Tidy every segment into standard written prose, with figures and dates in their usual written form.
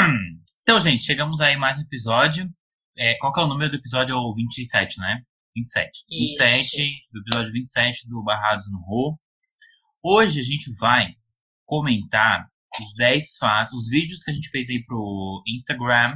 Então, gente, chegamos aí mais um episódio. Qual que é o número do episódio? É o 27, né? 27. 27, do episódio 27 do Barrados no Rô. Hoje a gente vai comentar os 10 fatos, os vídeos que a gente fez aí pro Instagram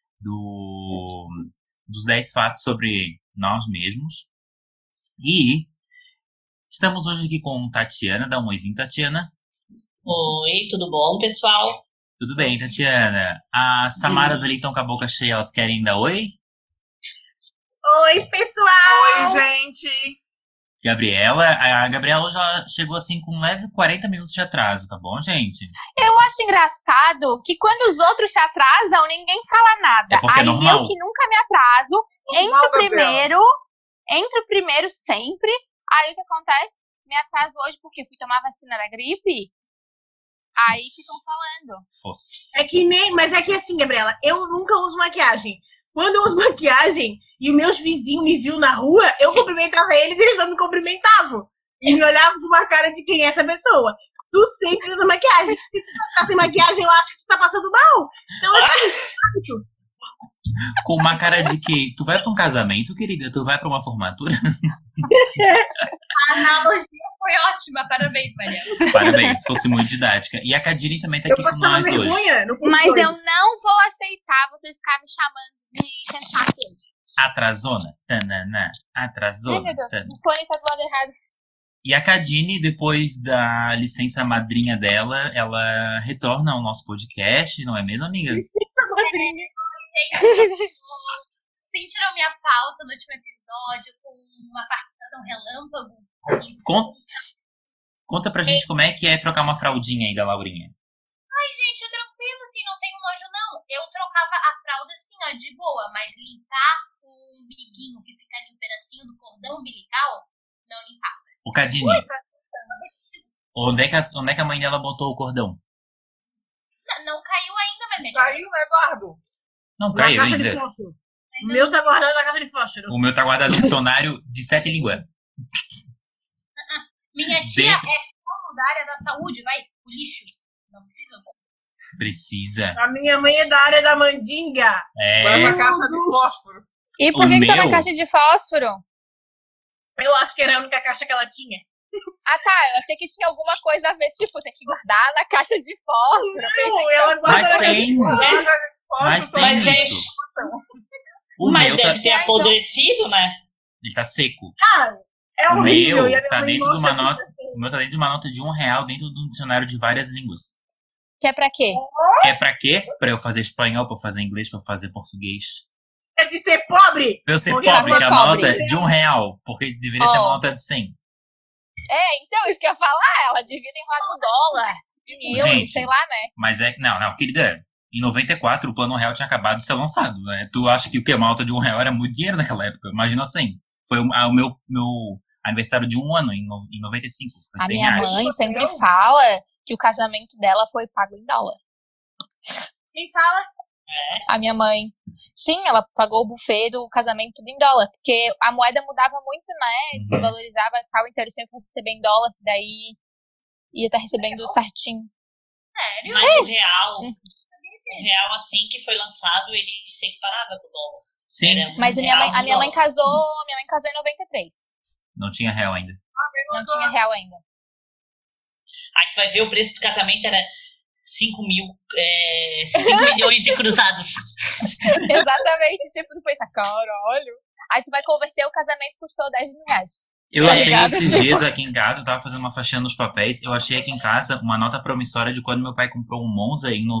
dos 10 fatos sobre nós mesmos. E estamos hoje aqui com Tatiana. Dá um oizinho, Tatiana. Oi, tudo bom, pessoal? Tudo bem, Tatiana. As Samaras ali estão com a boca cheia, elas querem dar oi? Oi, pessoal! Oi, gente! A Gabriela já chegou assim com um leve 40 minutos de atraso, tá bom, gente? Eu acho engraçado que quando os outros se atrasam, ninguém fala nada. É porque é Aí normal. eu que nunca me atraso, entro primeiro sempre. Aí o que acontece? Me atraso hoje porque fui tomar vacina da gripe. Aí ficam falando. Mas é que assim, Gabriela, eu nunca uso maquiagem. Quando eu uso maquiagem e os meus vizinhos me viam na rua, eu cumprimentava eles e eles não me cumprimentavam. E me olhavam com uma cara de quem é essa pessoa. Tu sempre usa maquiagem. Se tu tá sem maquiagem, eu acho que tu tá passando mal. Então, assim, Com uma cara de que tu vai pra um casamento, querida? Tu vai pra uma formatura? A analogia foi ótima, parabéns, Mariana. Parabéns, fosse muito didática. E a Cadine também tá aqui com nós hoje. Mas eu não vou aceitar vocês ficarem me chamando de sensação. Atrasona? Tanana. Atrasona? Ai, meu Deus, o fone tá do lado errado. E a Cadine, depois da licença madrinha dela, ela retorna ao nosso podcast, não é mesmo, amiga? Licença madrinha. Sentiram minha falta no último episódio com uma participação relâmpago? Conta pra gente como é que é trocar uma fraldinha aí da Laurinha. Ai, gente, é tranquilo, assim, não tenho nojo, não. Eu trocava a fralda, assim, ó, de boa, mas limpar o umbiguinho que fica ali um pedacinho do cordão umbilical, não limpava. O Cadine, onde é que a mãe dela botou o cordão? Não caiu ainda, mas melhor. Caiu, Eduardo? Não caiu ainda. De fósforo. O meu tá guardado na caixa de fósforo. O meu tá guardado no dicionário de 7 línguas. Minha tia é fono da área da saúde, vai pro lixo. Não precisa. Precisa. A minha mãe é da área da mandinga. É. Na caixa de fósforo. E por que tá na caixa de fósforo? Eu acho que era a única caixa que ela tinha. Ah, tá. Eu achei que tinha alguma coisa a ver, tipo, tem que guardar na caixa de fósforo. Não, ela guarda Mas na caixa de tem. fósforo. Mas tem isso. O Mas meu deve tá, ter apodrecido, né? ele tá seco. É O horrível. meu E a minha tá mãe, dentro de uma nossa, nota. O meu tá dentro de uma nota de R$1 dentro de um dicionário de várias línguas. Que é pra quê? É pra quê? Pra eu fazer espanhol, pra eu fazer inglês, pra eu fazer português. É de ser pobre. Pra eu ser Porque pobre, pra que ser a pobre. nota é de R$1, porque deveria ser uma nota de 100. É, então, isso que eu ia falar. Ela devia ter enrolado no dólar, em euro, Gente. sei lá, né? Mas é que, não, querida, em 94 o Plano Real tinha acabado de ser lançado, né? Tu acha que o que? Uma alta de R$1 era muito dinheiro naquela época? Imagina 100. Foi o meu aniversário de 1 ano, em 95. Foi A R$100. minha mãe sempre fala que o casamento dela foi pago em dólar. Quem fala? A minha mãe. Sim, ela pagou o buffet do casamento tudo em dólar. Porque a moeda mudava muito, né? Valorizava e tal, então eles tinham que receber em dólar. Daí ia estar recebendo certinho. Sério? Mas o real, assim que foi lançado, ele sempre parava com o dólar. Sim. Mas a minha mãe casou em 93. Não tinha real ainda. Não tinha real ainda. Aí tu vai ver o preço do casamento era 5 milhões de cruzados. Exatamente, tipo, tu pensa, caralho. Aí tu vai converter, o casamento custou R$10 mil. Eu Tá achei ligado? esses dias aqui em casa, eu tava fazendo uma faxina nos papéis, eu achei aqui em casa uma nota promissória de quando meu pai comprou um Monza em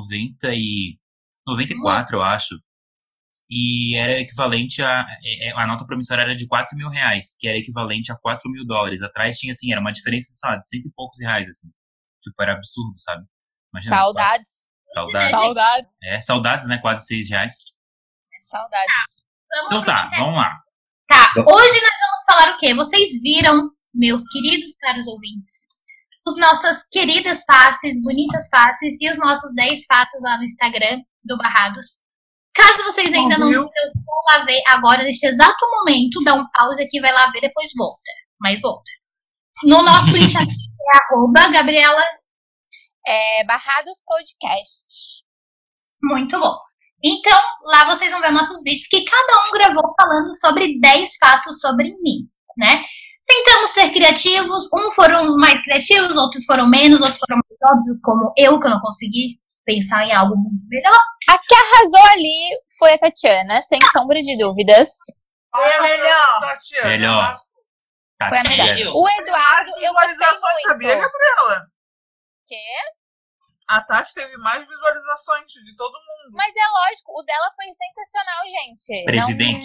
94, eu acho. E era equivalente a nota promissória era de R$4 mil, que era equivalente a $4.000. Atrás tinha, assim, era uma diferença, sei lá, de 100 e poucos reais, assim. Tipo, era absurdo, sabe? Imagina, Saudades. Saudades. Saudades, né? Quase R$6. Saudades. Então tá, vamos lá. Tá, hoje nós vamos falar o quê? Vocês viram, meus queridos caros ouvintes, as nossas queridas faces, bonitas faces e os nossos 10 fatos lá no Instagram do Barrados. Caso vocês ainda não viram, vão lá ver agora, neste exato momento, dá um pause aqui, vai lá ver, depois volta. Mas volta. No nosso Instagram é @Gabriela Barrados Podcast. Muito bom. Então, lá vocês vão ver nossos vídeos que cada um gravou falando sobre 10 fatos sobre mim, né? Tentamos ser criativos, foram os mais criativos, outros foram menos, outros foram mais óbvios, como eu, que eu não consegui pensar em algo muito melhor. A que arrasou ali foi a Tatiana, sem sombra de dúvidas. Foi a melhor. Melhor. Foi a melhor. Tatiana. O Eduardo, eu gostei visualizações, sabia, muito. Gabriela? Quê? A Tati teve mais visualizações de todo mundo. Mas é lógico, o dela foi sensacional, gente. Presidente.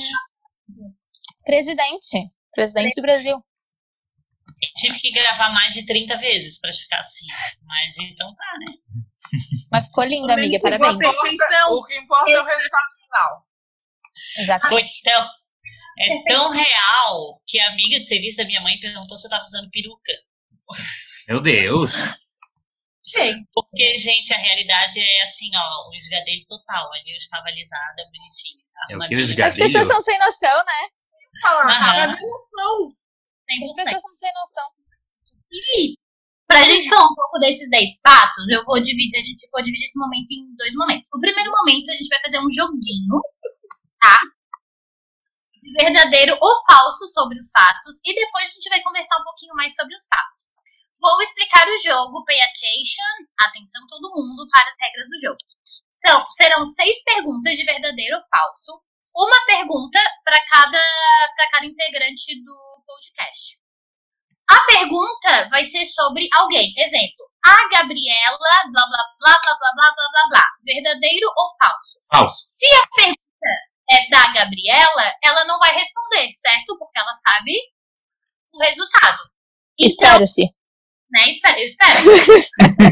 Presidente do Brasil. Tive que gravar mais de 30 vezes pra ficar assim. Mas então tá, né? Mas ficou linda, amiga, parabéns. O que importa é o resultado final. Exato. Foi tão real que a amiga de serviço da minha mãe perguntou se eu tava usando peruca. Meu Deus. Porque, gente, a realidade é assim, ó, o esgadelho total. Ali eu estava alisada, bonitinha. É o que arrumadinha. os gatilhos. As pessoas são sem noção, né? Aham. As pessoas são sem noção. E pra gente falar um pouco desses 10 fatos, a gente vou dividir esse momento em 2 momentos. O primeiro momento a gente vai fazer um joguinho, tá? De verdadeiro ou falso sobre os fatos. E depois a gente vai conversar um pouquinho mais sobre os fatos. Vou explicar o jogo, pay attention, atenção todo mundo, para as regras do jogo. Serão 6 perguntas de verdadeiro ou falso. Uma pergunta para cada integrante do podcast. A pergunta vai ser sobre alguém. Exemplo, a Gabriela, blá, blá, blá, blá, blá, blá, blá, blá, blá. Verdadeiro ou falso? Falso. Se a pergunta é da Gabriela, ela não vai responder, certo? Porque ela sabe o resultado. Então, Espero-se. né? Eu espero.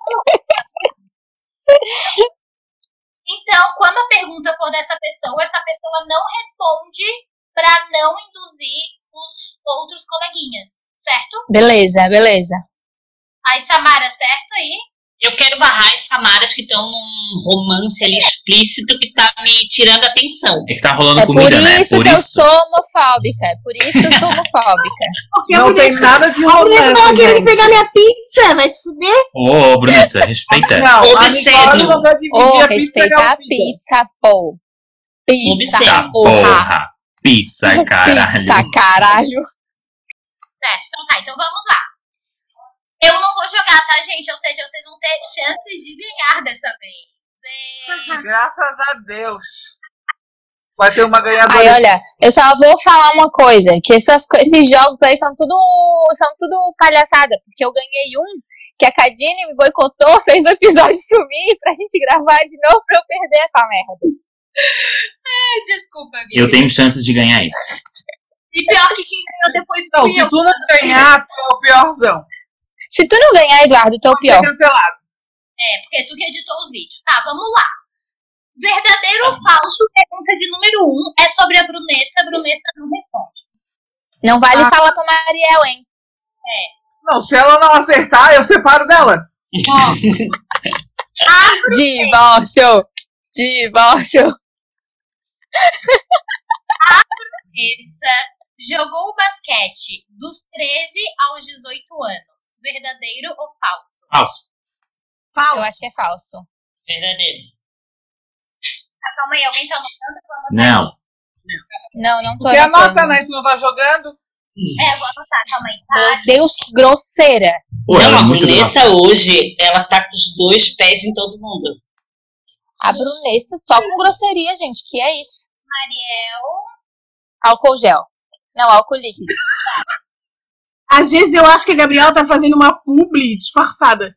Então, quando a pergunta for dessa pessoa, essa pessoa não responde para não induzir os outros coleguinhas, certo? Beleza. Aí, Samara, certo aí? Eu quero barrar as Samaras que estão num romance ali explícito que tá me tirando a atenção. É que tá rolando É por comida, né? isso que eu sou homofóbica. Não tem nada de romance, Ela querendo gente. pegar minha pizza, vai se fuder. Ô, Brunissa, respeita. Não, a Obsceno. Nicole não vai dividir a pizza Respeita a pizza, pô. Pizza, Obsceno. Porra. Pizza, caralho. Pizza, caralho. Certo, então tá, então vamos lá. Eu não vou jogar, tá, gente? Ou seja, vocês vão ter chances de ganhar dessa vez. Graças a Deus. Vai ter uma ganhadora. Aí, olha, eu só vou falar uma coisa, que esses jogos aí são tudo palhaçada, porque eu ganhei um, que a Cadine me boicotou, fez o episódio sumir pra gente gravar de novo pra eu perder essa merda. Desculpa, Vivi. Eu tenho chances de ganhar isso. E pior que quem ganhou depois Não, fui se eu. tu não ganhar, tu é o piorzão. Se tu não ganhar, Eduardo, tu é o Vai pior. ser cancelado. É, porque tu que editou os vídeos. Tá, vamos lá. Verdadeiro ou falso? Pergunta de número 1 é sobre a Brunessa. A Brunessa não responde. Não vale falar pra Mariel, hein? Não, se ela não acertar, eu separo dela. Divórcio! Essa jogou o basquete dos 13 aos 18 anos. Verdadeiro ou falso? Falso. Eu acho que é falso. Verdadeiro. Ah, calma aí, alguém tá anotando? Eu vou anotar. Não. Não tô Porque anota, anotando. né? Tu não tá jogando. Eu vou anotar, calma aí. Meu Tá? Deus, que grosseira. Pô, ela Não, é a muito Brunessa grossa. hoje, ela tá com os 2 pés em todo mundo. A Brunessa só com grosseria, gente. Que é isso? Mariel. Álcool gel. Não, álcool líquido. Às vezes eu acho que a Gabriela tá fazendo uma publi disfarçada.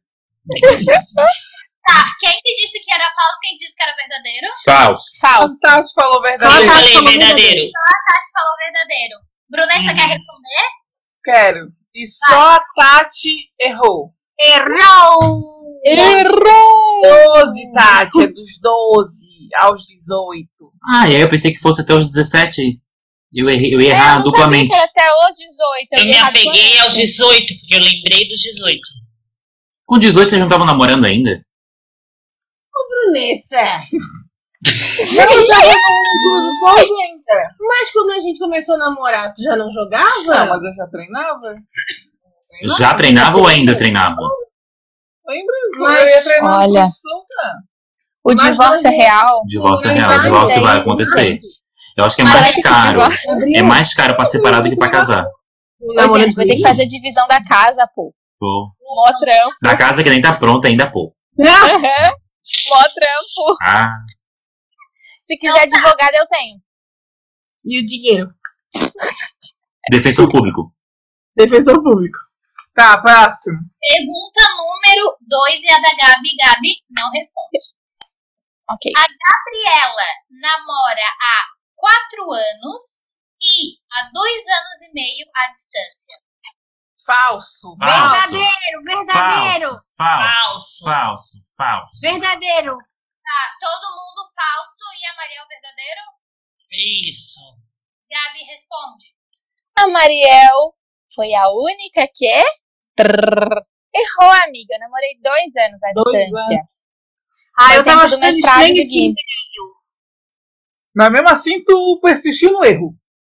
Tá, quem que disse que era falso, quem disse que era verdadeiro? Falso. Falso. A Tati falou Eu verdadeiro. Tati falei falou verdadeiro. Tati falou verdadeiro. Brunessa quer responder? Quero. E só a Tati errou. Errou! Errou! 12, Tati. É dos 12 aos 18. Ah, e aí eu pensei que fosse até os 17. Eu ia Eu errar não duplamente. sabia que era até os 18. Eu me ia errar apeguei duplamente. aos 18, porque eu lembrei dos 18. Com 18 vocês não estavam namorando ainda? Brunessa. Não, tá incluso só gente. Mas quando a gente começou a namorar, tu já não jogava? Não, mas eu já treinava. Já treinava ou ainda treinava? Lembra? Mas, Eu ia treinar olha. com solta. O divórcio é real? O divórcio é Não real, o vai, divórcio vai gente. acontecer. Eu acho que é Mas mais será que esse caro. divórcio- É mais caro pra separar do que pra casar. Ô, gente, vai ter que fazer divisão da casa, pô. Pô. Mó trampo. Na casa que nem tá pronta ainda, pô. Mó trampo. Ah, Se quiser advogado, eu tenho. E o dinheiro? defensor público. Defensor público. Tá, próximo. Pergunta número 2 é a da Gabi. Gabi não responde. Ok. A Gabriela namora há 4 anos e há 2 anos e meio à distância. Falso. Falso. Verdadeiro. Falso. Verdadeiro. Tá, todo mundo falso e a Mariel verdadeiro? Isso. Gabi responde. A Mariel foi a única que errou, amiga. Eu namorei 2 anos à 2 distância. Ah, eu Foi tava tempo do achando mestrado estranho do esse Gui. Mas mesmo assim, tu persistiu no erro.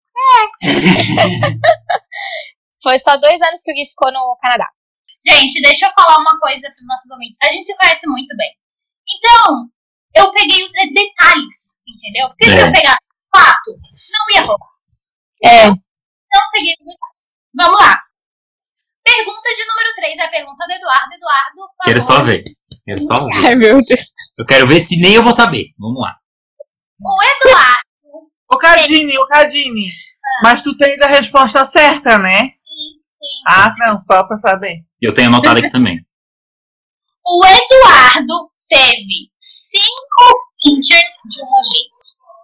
Foi só 2 anos que o Gui ficou no Canadá. Gente, deixa eu falar uma coisa para os nossos ouvintes. A gente se conhece muito bem. Então, eu peguei os detalhes, entendeu? Porque se eu pegar fato, não ia rolar. É. Então, eu peguei os detalhes. Vamos lá. Pergunta de número 3 é a pergunta do Eduardo. Eduardo, por favor. Quero só ver. Quero só ver. Ai, meu Deus. Eu quero ver se nem eu vou saber. Vamos lá. O Eduardo, Ô, Cadine. Mas tu tens a resposta certa, né? sim. Ah, não, só pra saber. Eu tenho anotado aqui também. O Eduardo teve 5 pinchers de uma vez.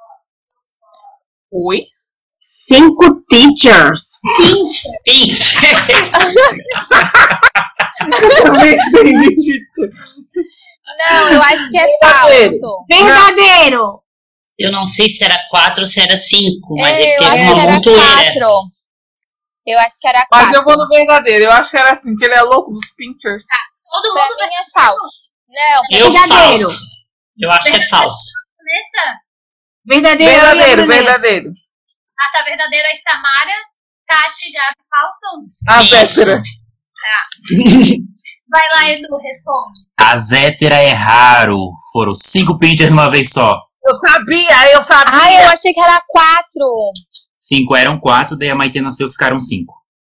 Oi? 5 teachers. Eu também entendi. Não, eu acho que é Verdadeiro. falso. Verdadeiro. Eu não sei se era 4 ou se era 5, mas ele Eu teve acho uma que era montoeira. 4. Eu acho que era Mas 4. eu vou no verdadeiro. Eu acho que era assim, que ele é louco dos pinchers. Todo Pra mundo mim é falso. Não, Eu Verdadeiro. falso. Eu acho que é falso. nessa. Verdadeiro. Ah, tá verdadeiro as Samaras, Tati, Gabi, falso. A Isso. Vétera. Vai lá, Edu, responde. A Zétera é raro. Foram 5 pinchers numa vez só. Eu sabia. Ai, eu achei que era 4. 5 eram 4, daí a Maite nasceu, ficaram 5.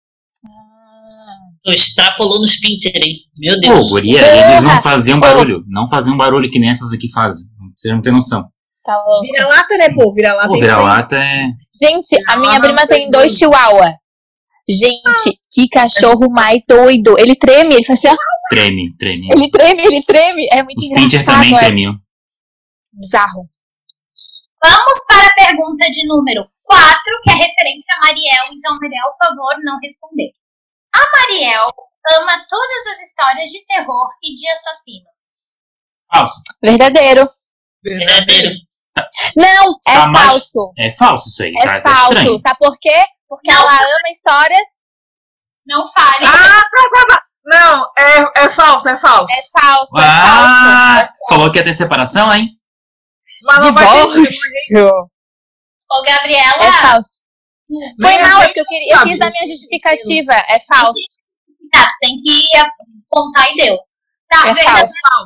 Tu extrapolou nos pincher, hein? Meu Pô, Deus. guria, eles não faziam barulho. Não faziam barulho que nem essas aqui fazem. Vocês não têm noção. Tá louco. Vira-lata, né, pô? Vira-lata. Pô, vira-lata é... Gente, a minha prima tem 2 chihuahua. Gente, que cachorro mais doido. Ele treme, ele faz assim, ó. Treme. Ele treme. É muito Os pinchers engraçado. também É tremiam. bizarro. Vamos para a pergunta de número 4, que é referente a Mariel. Então, Mariel, por favor, não responder. A Mariel ama todas as histórias de terror e de assassinos. Falso. Verdadeiro. Verdadeiro. Não, é Tá, mas- falso. É falso isso aí. É Tá falso. estranho. Sabe por quê? Porque Não. ela ama histórias. Não fale. Não, é falso. É falso, é falso. Ah, falou que ia ter separação, hein? Mas não vai ter Divórcio. Ô, Gabriela, É falso. Foi Nem mal, a é porque eu quis dar minha justificativa. É falso. tá, tu tem que apontar e deu. Tá, É verdadeiro. falso.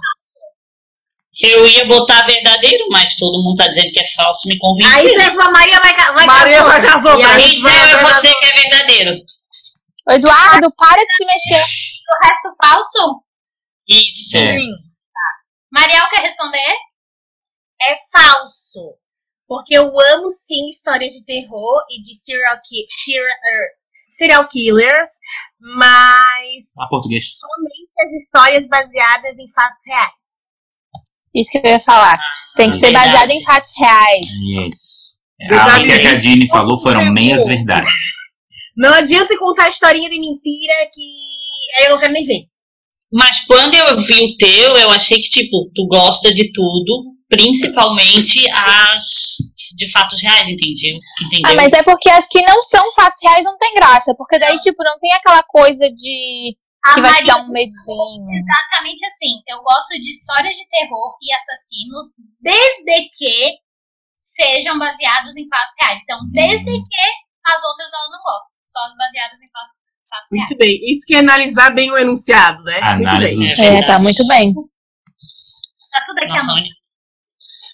Eu ia botar verdadeiro, mas todo mundo tá dizendo que é falso, me convenceu. Aí mesmo a Maria vai Maria vai casar. casar. E aí, Então é você que é verdadeiro. Eduardo, para de se mexer. O resto falso? Isso. É. Sim. Mariel quer responder? É falso. Porque eu amo sim histórias de terror e de serial killers, mas A português. somente as histórias baseadas em fatos reais. Isso que eu ia falar. Tem que ser baseado em fatos reais. Isso. Verdade. A que a Cadine falou foram meias verdades. Não adianta contar historinha de mentira que aí eu não quero nem ver. Mas quando eu vi o teu, eu achei que, tipo, tu gosta de tudo, principalmente as de fatos reais, entendeu? Ah, mas é porque as que não são fatos reais não tem graça. Porque daí, tipo, não tem aquela coisa de... A que vai te Maria- dar um medinho. Exatamente assim. Eu gosto de histórias de terror e assassinos desde que sejam baseados em fatos reais. Então, desde que as outras ela não gosta. Só as baseadas em fatos reais. Muito bem. Isso que é analisar bem o enunciado, né? Análise Muito bem. do É, tá muito bem. Tá tudo aqui, Nossa, amor.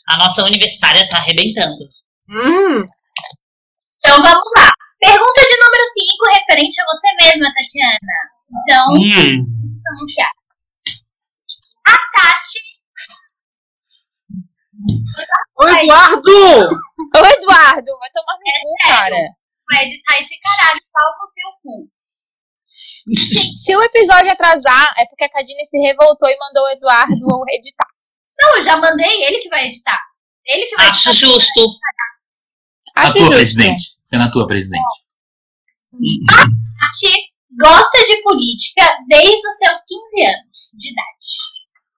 A nossa universitária tá arrebentando. Então vamos lá. Pergunta de número 5, referente a você mesma, Tatiana. Então, vamos pronunciar. A Tati. Ô, Eduardo! Ô, Eduardo, vai tomar no cu, cara. Vai editar esse caralho, pau no teu cu. Se o episódio atrasar, é porque a Cadine se revoltou e mandou o Eduardo editar. Não, eu já mandei, ele que vai editar. Ele que vai Acho editar. justo. Na Acho tua, justo. presidente. Fica na tua, presidente. Tati gosta de política desde os seus 15 anos de idade.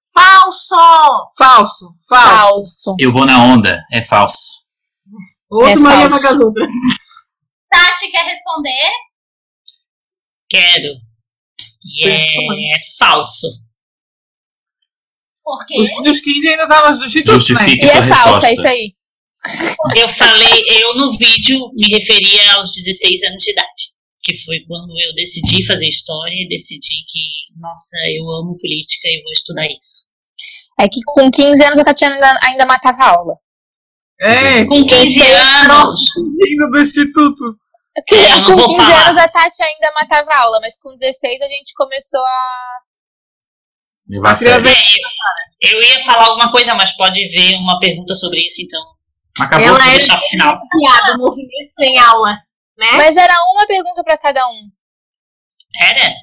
Falso. Falso. Eu vou na onda. É falso. Outro É Maria falso. vai com as outras. Tati quer responder? Quero. E é falso. Por quê? Nos 15 ainda tava nos institutos, né? Justifique E sua é falso, resposta. é isso aí. Eu no vídeo me referia aos 16 anos de idade. Que foi quando eu decidi fazer história e decidi que, nossa, eu amo política e vou estudar isso. É que com 15 anos a Tatiana ainda matava a aula. É, Com 15 anos, digno do instituto. eu não Com vou 15 falar. anos a Tati ainda matava a aula, mas com 16 a gente começou a... Levar a sério. Eu ia falar alguma coisa, mas pode ver uma pergunta sobre isso, então Acabou. Ela vou é deixar pro final. Piada, movimento sem aula, né? Mas era uma pergunta pra cada um. Era?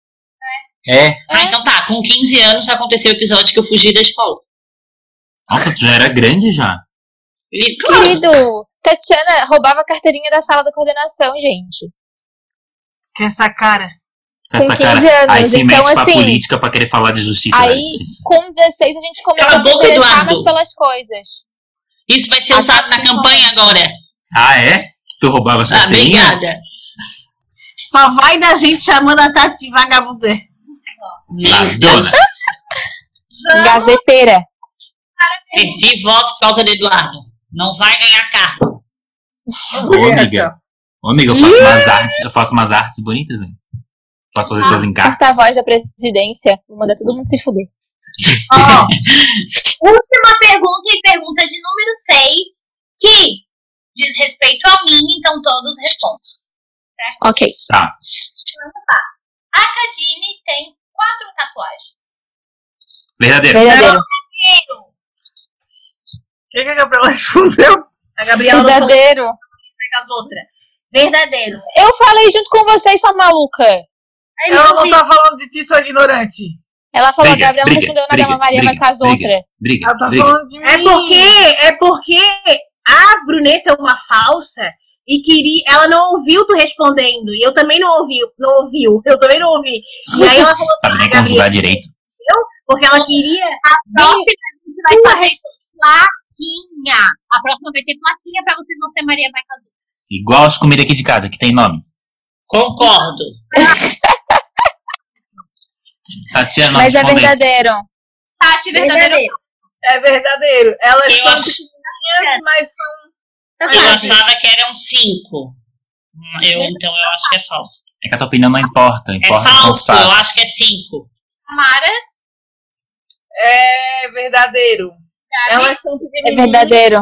É. Ah, então tá. Com 15 anos aconteceu o episódio que eu fugi da escola. Nossa, tu já era grande já. E, claro, Querido, Tatiana roubava a carteirinha da sala da coordenação, gente. Com essa cara. Com essa 15 cara. anos, Aí se então, mete pra assim, política pra querer falar de justiça. Aí, da justiça. com 16, a gente começou Cala a a se boca, interessar Eduardo. mais pelas coisas. isso vai ser A usado Tati na campanha principalmente. agora. Ah, é? Tu roubava essa Ah, carteirinha? obrigada. Só vai da gente chamando a Tati de vagabunda. Ladrona. Gazeteira. Perdi votos por causa do Eduardo. Não vai ganhar cargo. Ô, amiga. Ô, amiga, eu faço umas artes bonitas, hein? Posso fazer tuas encartes. Porta-voz da presidência. Vou mandar todo mundo se fuder. Ó, última pergunta e pergunta de número 6, que diz respeito a mim, então todos respondem. Ok. Tá. A Cadine tem 4 tatuagens. Verdadeiro. Verdadeiro. O que a Gabriela respondeu? A Gabriela não falou Verdadeiro. com as outras. Verdadeiro. Eu falei junto com vocês, sua maluca. Aí Ela não vi. tá falando de ti, sua ignorante. Ela falou, Briga, a Gabriela não briga, respondeu nada, briga, a Maria vai briga, com as briga. outras. Briga, Ela tá briga. falando de mim. É porque a Brunessa é uma falsa e queria. Ela não ouviu tu respondendo. E eu também não ouvi. Eu também não ouvi. E aí ela falou Sabe assim, nem Gabriela, conjugar direito. porque ela queria. Próxima a gente vai fazer plaquinha. A próxima vai ter plaquinha pra vocês não ser Maria vai fazer. Igual as comidas aqui de casa, que tem nome. Concordo. Tatiana, Mas é responde isso. verdadeiro. Tati, verdadeiro. É verdadeiro. Elas Eu são acho- pequenininhas, mas são... Eu achava que eram 5. Então eu acho que é falso. É que a tua opinião não importa. É Importa são os falso, eu fatos. acho que é 5. Amaras, É verdadeiro. Gabi. Elas são É pequenininhas. verdadeiro.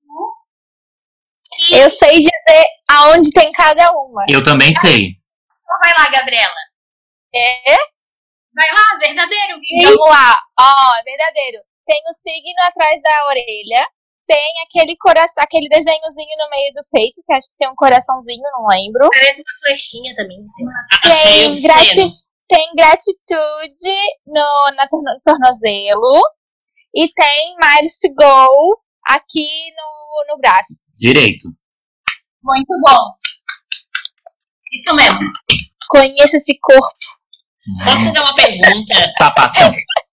E Eu sei dizer aonde tem cada uma. Eu também sei. então vai lá, Gabriela. É? Vai lá, verdadeiro. Vamos lá. Ó, é verdadeiro. Tem o signo atrás da orelha. Tem aquele coração, aquele desenhozinho no meio do peito, que acho que tem um coraçãozinho, não lembro. Parece uma flechinha também. Sei lá. Achei Tem, obsceno. tem gratitude no tornozelo. E tem miles to go aqui no braço. Direito. Muito bom. Isso mesmo. Conheça esse corpo. Posso fazer uma pergunta? Sapatão.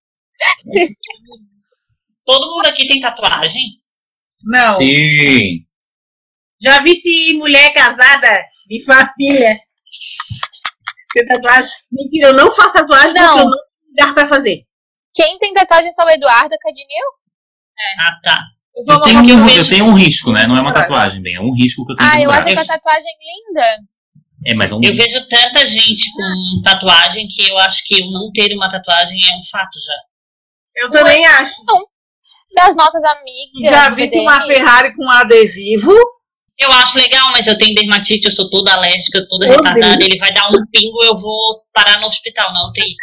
Todo mundo aqui tem tatuagem? Não. Sim. Já vi se mulher casada de família tem tatuagem. Mentira, eu não faço tatuagem Não. porque eu não tenho lugar pra fazer. Quem tem tatuagem só o Eduardo, a Cadine e eu? Ah, tá. Eu tenho um risco, né? Não é uma tatuagem, bem. É um risco que eu tenho Ah, no eu braço. acho essa tatuagem linda. É, mas é um... Eu vejo tanta gente com tatuagem que eu acho que não ter uma tatuagem é um fato já. Eu também acho. das nossas amigas. Já do vi BDM. uma Ferrari com adesivo. Eu acho legal, mas eu tenho dermatite, eu sou toda alérgica, toda Meu retardada. Deus. Ele vai dar um pingo, eu vou parar no hospital, não tem.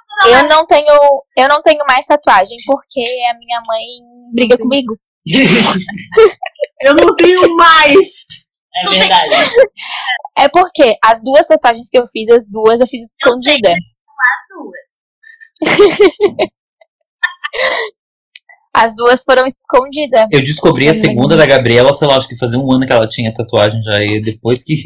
Eu não tenho mais tatuagem, porque a minha mãe briga comigo. Eu não tenho mais. É verdade. É porque as duas tatuagens que eu fiz, eu fiz escondida. As duas. As duas foram escondidas. Eu descobri a segunda da Gabriela, sei lá, acho que fazia um ano que ela tinha tatuagem já. E depois que.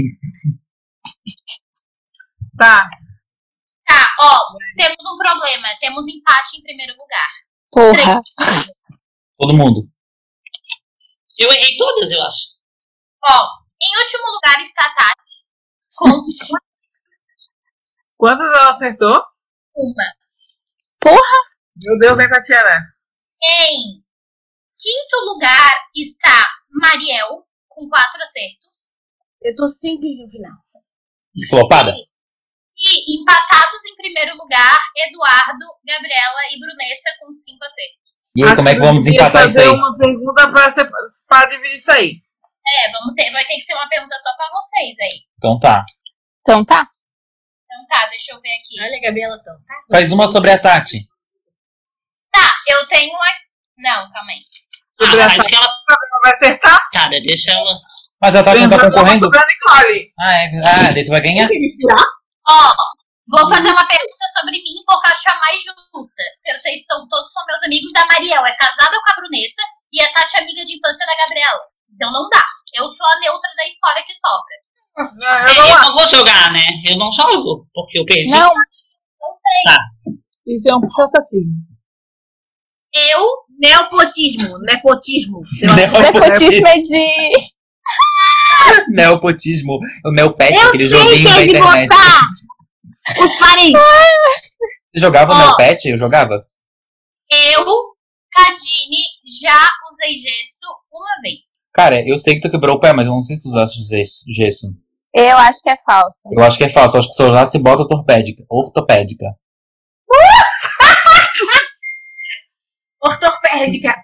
Tá. Tá, ó, temos um problema. Temos empate em primeiro lugar. Porra. Todo mundo. Eu errei todas, eu acho. Ó, em último lugar está a Tati. Com Quantas ela acertou? uma. Meu Deus, vem, Tatiana. Em quinto lugar está Mariel, com 4 acertos. Eu tô sempre no final. Flopada? E empatados em primeiro lugar, Eduardo, Gabriela e Brunessa, com 5 acertos. E aí, como é que vamos desempatar isso aí? Eu uma pergunta pra dividir isso aí. Vai ter que ser uma pergunta só pra vocês aí. Então tá. Então tá. Então tá, deixa eu ver aqui. Olha, Gabriela, então. Tá? Faz uma sobre a Tati. Tá, eu tenho uma... Não, calma aí. Acho que ela. Ela vai acertar? Cara, deixa ela. Mas a Tati não tá concorrendo? Pra Nicole. Daí tu vai ganhar? Ó, vou fazer uma pergunta sobre mim, porque eu acho a mais justa. Vocês todos são meus amigos da Mariel. É casada com a Brunessa e a Tati é amiga de infância da Gabriela. Então não dá. Eu sou a neutra da história que sobra. Eu não vou jogar, né? Eu não jogo, porque eu perdi. Não, Isso é um puxa-saquismo. Eu, Neopotismo. Nepotismo. nepotismo é de... Neopotismo. O Neopet, Eu aquele sei joguinho que da é de internet. botar os parentes. Você jogava o Ó. Neopet? Eu jogava. Cadine, já usei gesso uma vez. Cara, eu sei que tu quebrou o pé, mas eu não sei se tu usaste gesso. Eu acho que é falso. Eu acho que é falso. Eu acho que se eu usasse bota ortopédica. Ortopédica.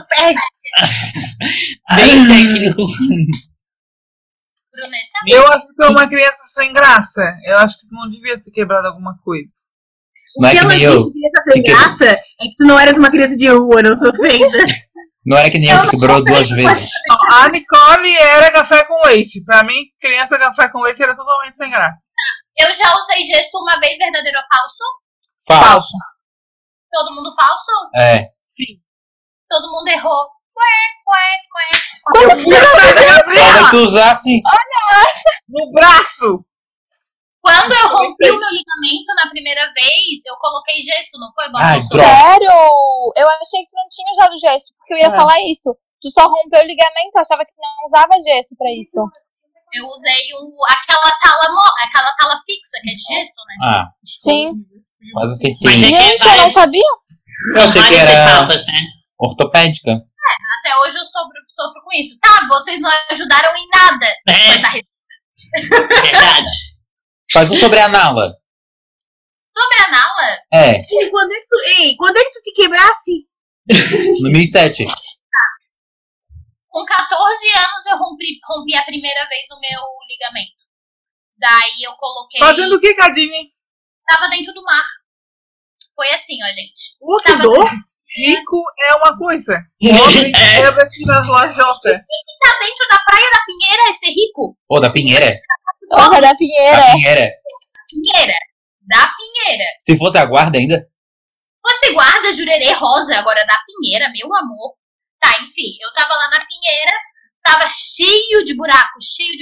Bem técnico. Brunessa, Eu acho que tu é uma criança sem graça. Eu acho que tu não devia ter quebrado alguma coisa. O Não é que que ela nem eu. disse, criança sem Que- graça, é que tu não eras uma criança de rua, não sou feita. Não era que nem eu que quebrou 2 vezes. A Nicole era café com leite. Pra mim, criança café com leite era totalmente sem graça. eu já usei gesso uma vez, verdadeiro ou falso? Falso. Todo mundo falso? É. Sim. Todo mundo errou. Quê. Quando você Quando tu usasse. No braço. Quando eu rompi o meu ligamento na primeira vez, eu coloquei gesso, não foi? Ai, Bom, droga. Sério? Eu achei que tu não tinha usado gesso, porque eu ia falar isso. Tu só rompeu o ligamento, eu achava que não usava gesso pra isso. eu usei aquela tala fixa, que é de gesso, né? Ah, Sim. quase Mas acertei. é que Gente, eu não sabia. Eu achei que várias era etapas, né? ortopédica. Até hoje eu sofro com isso. Tá, vocês não ajudaram em nada. É, Coisa re- verdade. Faz um sobre a Nala. Sobre a Nala, É, E quando é que tu te quebrasse? no 2007. com 14 anos eu rompi a primeira vez o meu ligamento. Daí eu coloquei... Fazendo o que, Cadine? Tava dentro do mar. Foi assim, ó, gente. Pô, que Tava- dor. Rico é uma coisa. Pobre é assim nas lojotas. Tá dentro da praia da Pinheira é ser rico? Ô, da Pinheira. Porra da Pinheira. Da Pinheira. Pinheira. Da Pinheira. Se fosse a guarda ainda. Você guarda Jurerê Rosa, agora da Pinheira, meu amor. Tá, enfim, eu tava lá na Pinheira, tava cheio de buraco.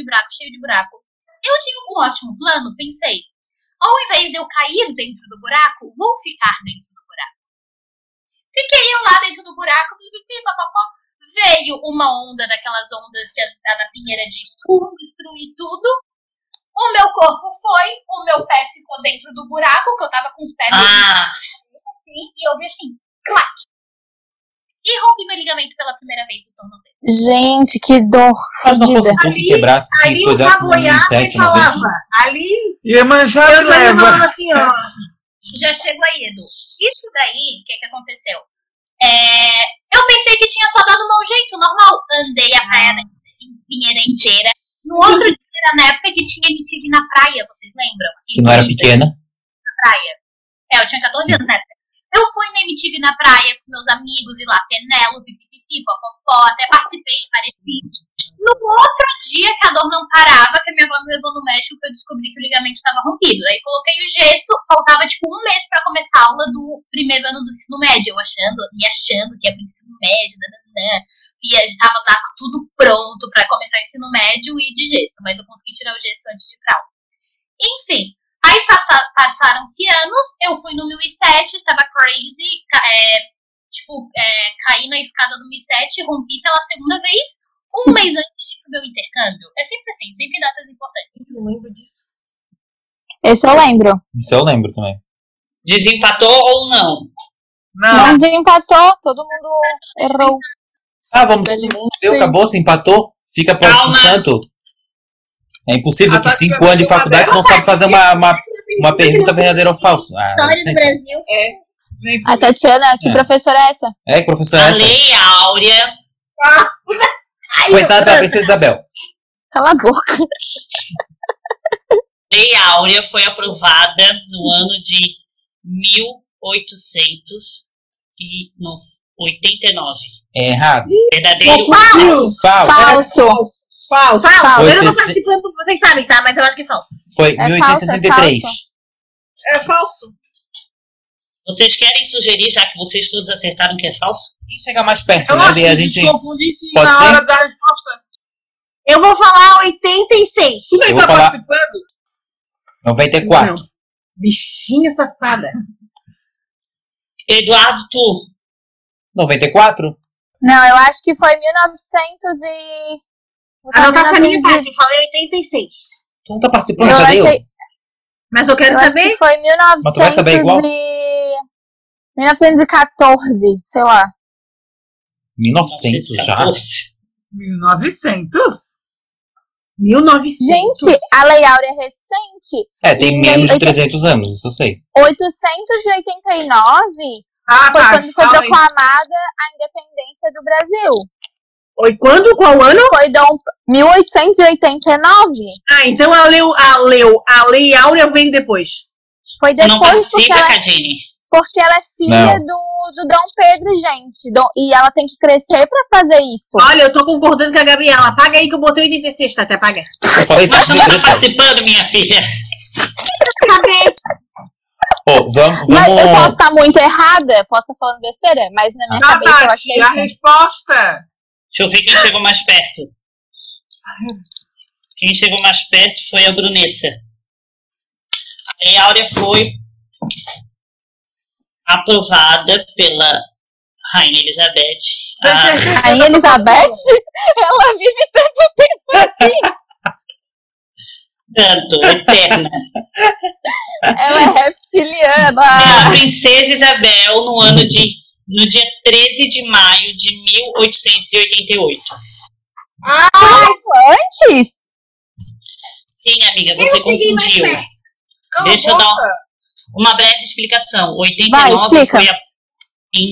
Eu tinha um ótimo plano, pensei, ao invés de eu cair dentro do buraco, vou ficar dentro do buraco. Fiquei eu lá dentro do buraco, papapá. Veio uma onda daquelas ondas que tá na Pinheira de destruir tudo. O meu corpo foi, o meu pé ficou dentro do buraco, que eu tava com os pés assim, e eu vi assim, clac! E rompi meu ligamento pela primeira vez do tornozelo. Gente, que dor. Mas não fosse fodida. tu que quebrasse, que Ali o coisasse no saboiava e 2007 uma vez. falava. Ali E a manjada eu já ia leva. falando assim, ó. Já chegou aí, Edu. Isso daí, o que aconteceu? Eu pensei que tinha só dado mau jeito, normal. Andei a praia da Pinheira inteira. No outro dia era na época que tinha MTV na praia, vocês lembram? Que não era pequena. Na praia. Eu tinha 14 anos na época. Eu fui na MTV na praia com meus amigos, e lá, Penélope, pipipi, popopó, até participei, pareci. No outro dia que a dor não parava, que a minha avó me levou no México, eu descobri que o ligamento estava rompido. Aí coloquei o gesso, faltava tipo um mês pra começar a aula do primeiro ano do ensino médio. Eu me achando que ia pro ensino médio, e a gente tava lá tudo pronto pra começar o ensino médio e de gesso, mas eu consegui tirar o gesso antes de ir pra aula. Enfim, aí passaram-se anos, eu fui no 1007, estava crazy, caí na escada do 1007, rompi pela segunda vez, um mês antes de ir pro meu intercâmbio. É sempre assim, sempre datas importantes. Eu não lembro disso. Esse eu lembro. Isso eu lembro também. Desempatou ou não? Não desempatou, todo mundo errou. Vamos todo mundo. Deu, acabou, se empatou. Fica pro santo. É impossível que 5 anos de faculdade não sabe fazer uma pergunta verdadeira ou falsa. História do Brasil. A Tatiana, que professora é essa? Que professora é essa? A Lei Áurea. Foi ensinada pela Princesa Isabel. Cala a boca. Lei Áurea foi aprovada no ano de 1889. É errado. Verdadeiro? Falso. Falso. Foi Eu não tô participando, vocês sabem, tá? Mas eu acho que é falso. Foi 1863. É falso. Vocês querem sugerir, já que vocês todos acertaram que é falso? Quem chegar mais perto, Eu né? acho que E a a gente gente confundisse pode na ser? hora da resposta. Eu vou falar 86. Tu nem Eu tá vou falar- participando? 94. Não. Bichinha safada. Eduardo, tu. 94? Não, eu acho que foi 1900 e... Anotar essa minha parte, eu falei 86. Tu não tá participando, Eu já deu? achei... Mas eu quero Eu acho saber. que foi Mas tu vai saber igual? 1914, sei lá. 1900 já? 1900? 1900. Gente, a Lei Áurea é recente. Tem Em menos de 80 300 anos, isso eu sei. 889 Ah, foi tá. quando foi Fala aí. proclamada a independência do Brasil. Oi, quando? Qual ano? Foi 1889. Então a Lei Áurea vem depois. Foi Não depois participa, Cadine? porque ela é filha Não. do Dom Pedro, gente. E ela tem que crescer pra fazer isso. Olha, eu tô concordando com a Gabriela. Apaga aí que eu botei 86, tá? Até apaga. Eu falei isso Mas tu não tá deixa. participando, minha filha. Saber. Vamos. Mas eu posso estar muito errada, posso estar falando besteira, mas na minha cabeça eu achei Tati, a assim. resposta. Deixa eu ver quem chegou mais perto. Quem chegou mais perto foi a Brunessa. A Lei Áurea foi aprovada pela Rainha Elizabeth. Rainha Elizabeth? Ela vive tanto tempo assim. Tanto, eterna. Ela é reptiliana. A Princesa Isabel no dia 13 de maio de 1888. Antes? Sim, amiga, você confundiu. Deixa eu dar uma breve explicação. 89 explica. foi em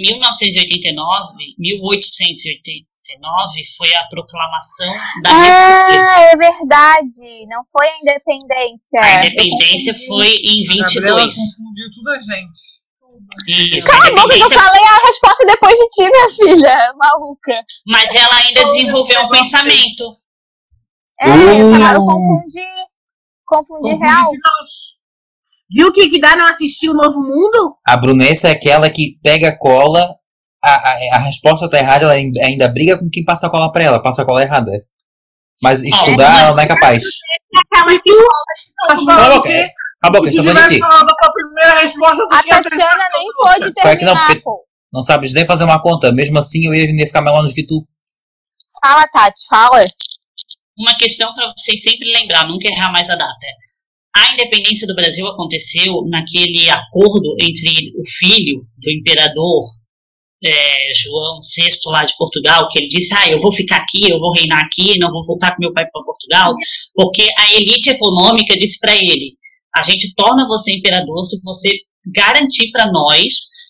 1889 foi a proclamação da República. É verdade. Não foi a independência. A independência foi em Gabriela 22. confundiu tudo a gente. Isso, Cala a boca que eu independência, falei a resposta depois de ti, minha filha. Maluca. mas ela ainda desenvolveu um pensamento. Eu confundi real. Confundisse nós. Viu o que dá não assistir o Novo Mundo? A Brunessa é aquela que pega cola, a resposta tá errada, ela ainda briga com quem passa a cola pra ela, passa a cola errada. Mas estudar ela não é capaz. Aquela que Cala a boca, estou falando de ti. falando com a primeira resposta, tu A tinha Tatiana acertado nem todas. pôde Claro que não, terminar, porque- pô. Não sabes nem fazer uma conta, mesmo assim eu ia ficar mais longe que tu. Fala, Tati, fala. Uma questão para vocês sempre lembrar, nunca errar mais a data. A independência do Brasil aconteceu naquele acordo entre o filho do imperador João VI lá de Portugal, que ele disse, eu vou ficar aqui, eu vou reinar aqui, não vou voltar com meu pai para Portugal, porque a elite econômica disse para ele, a gente torna você imperador se você garantir para nós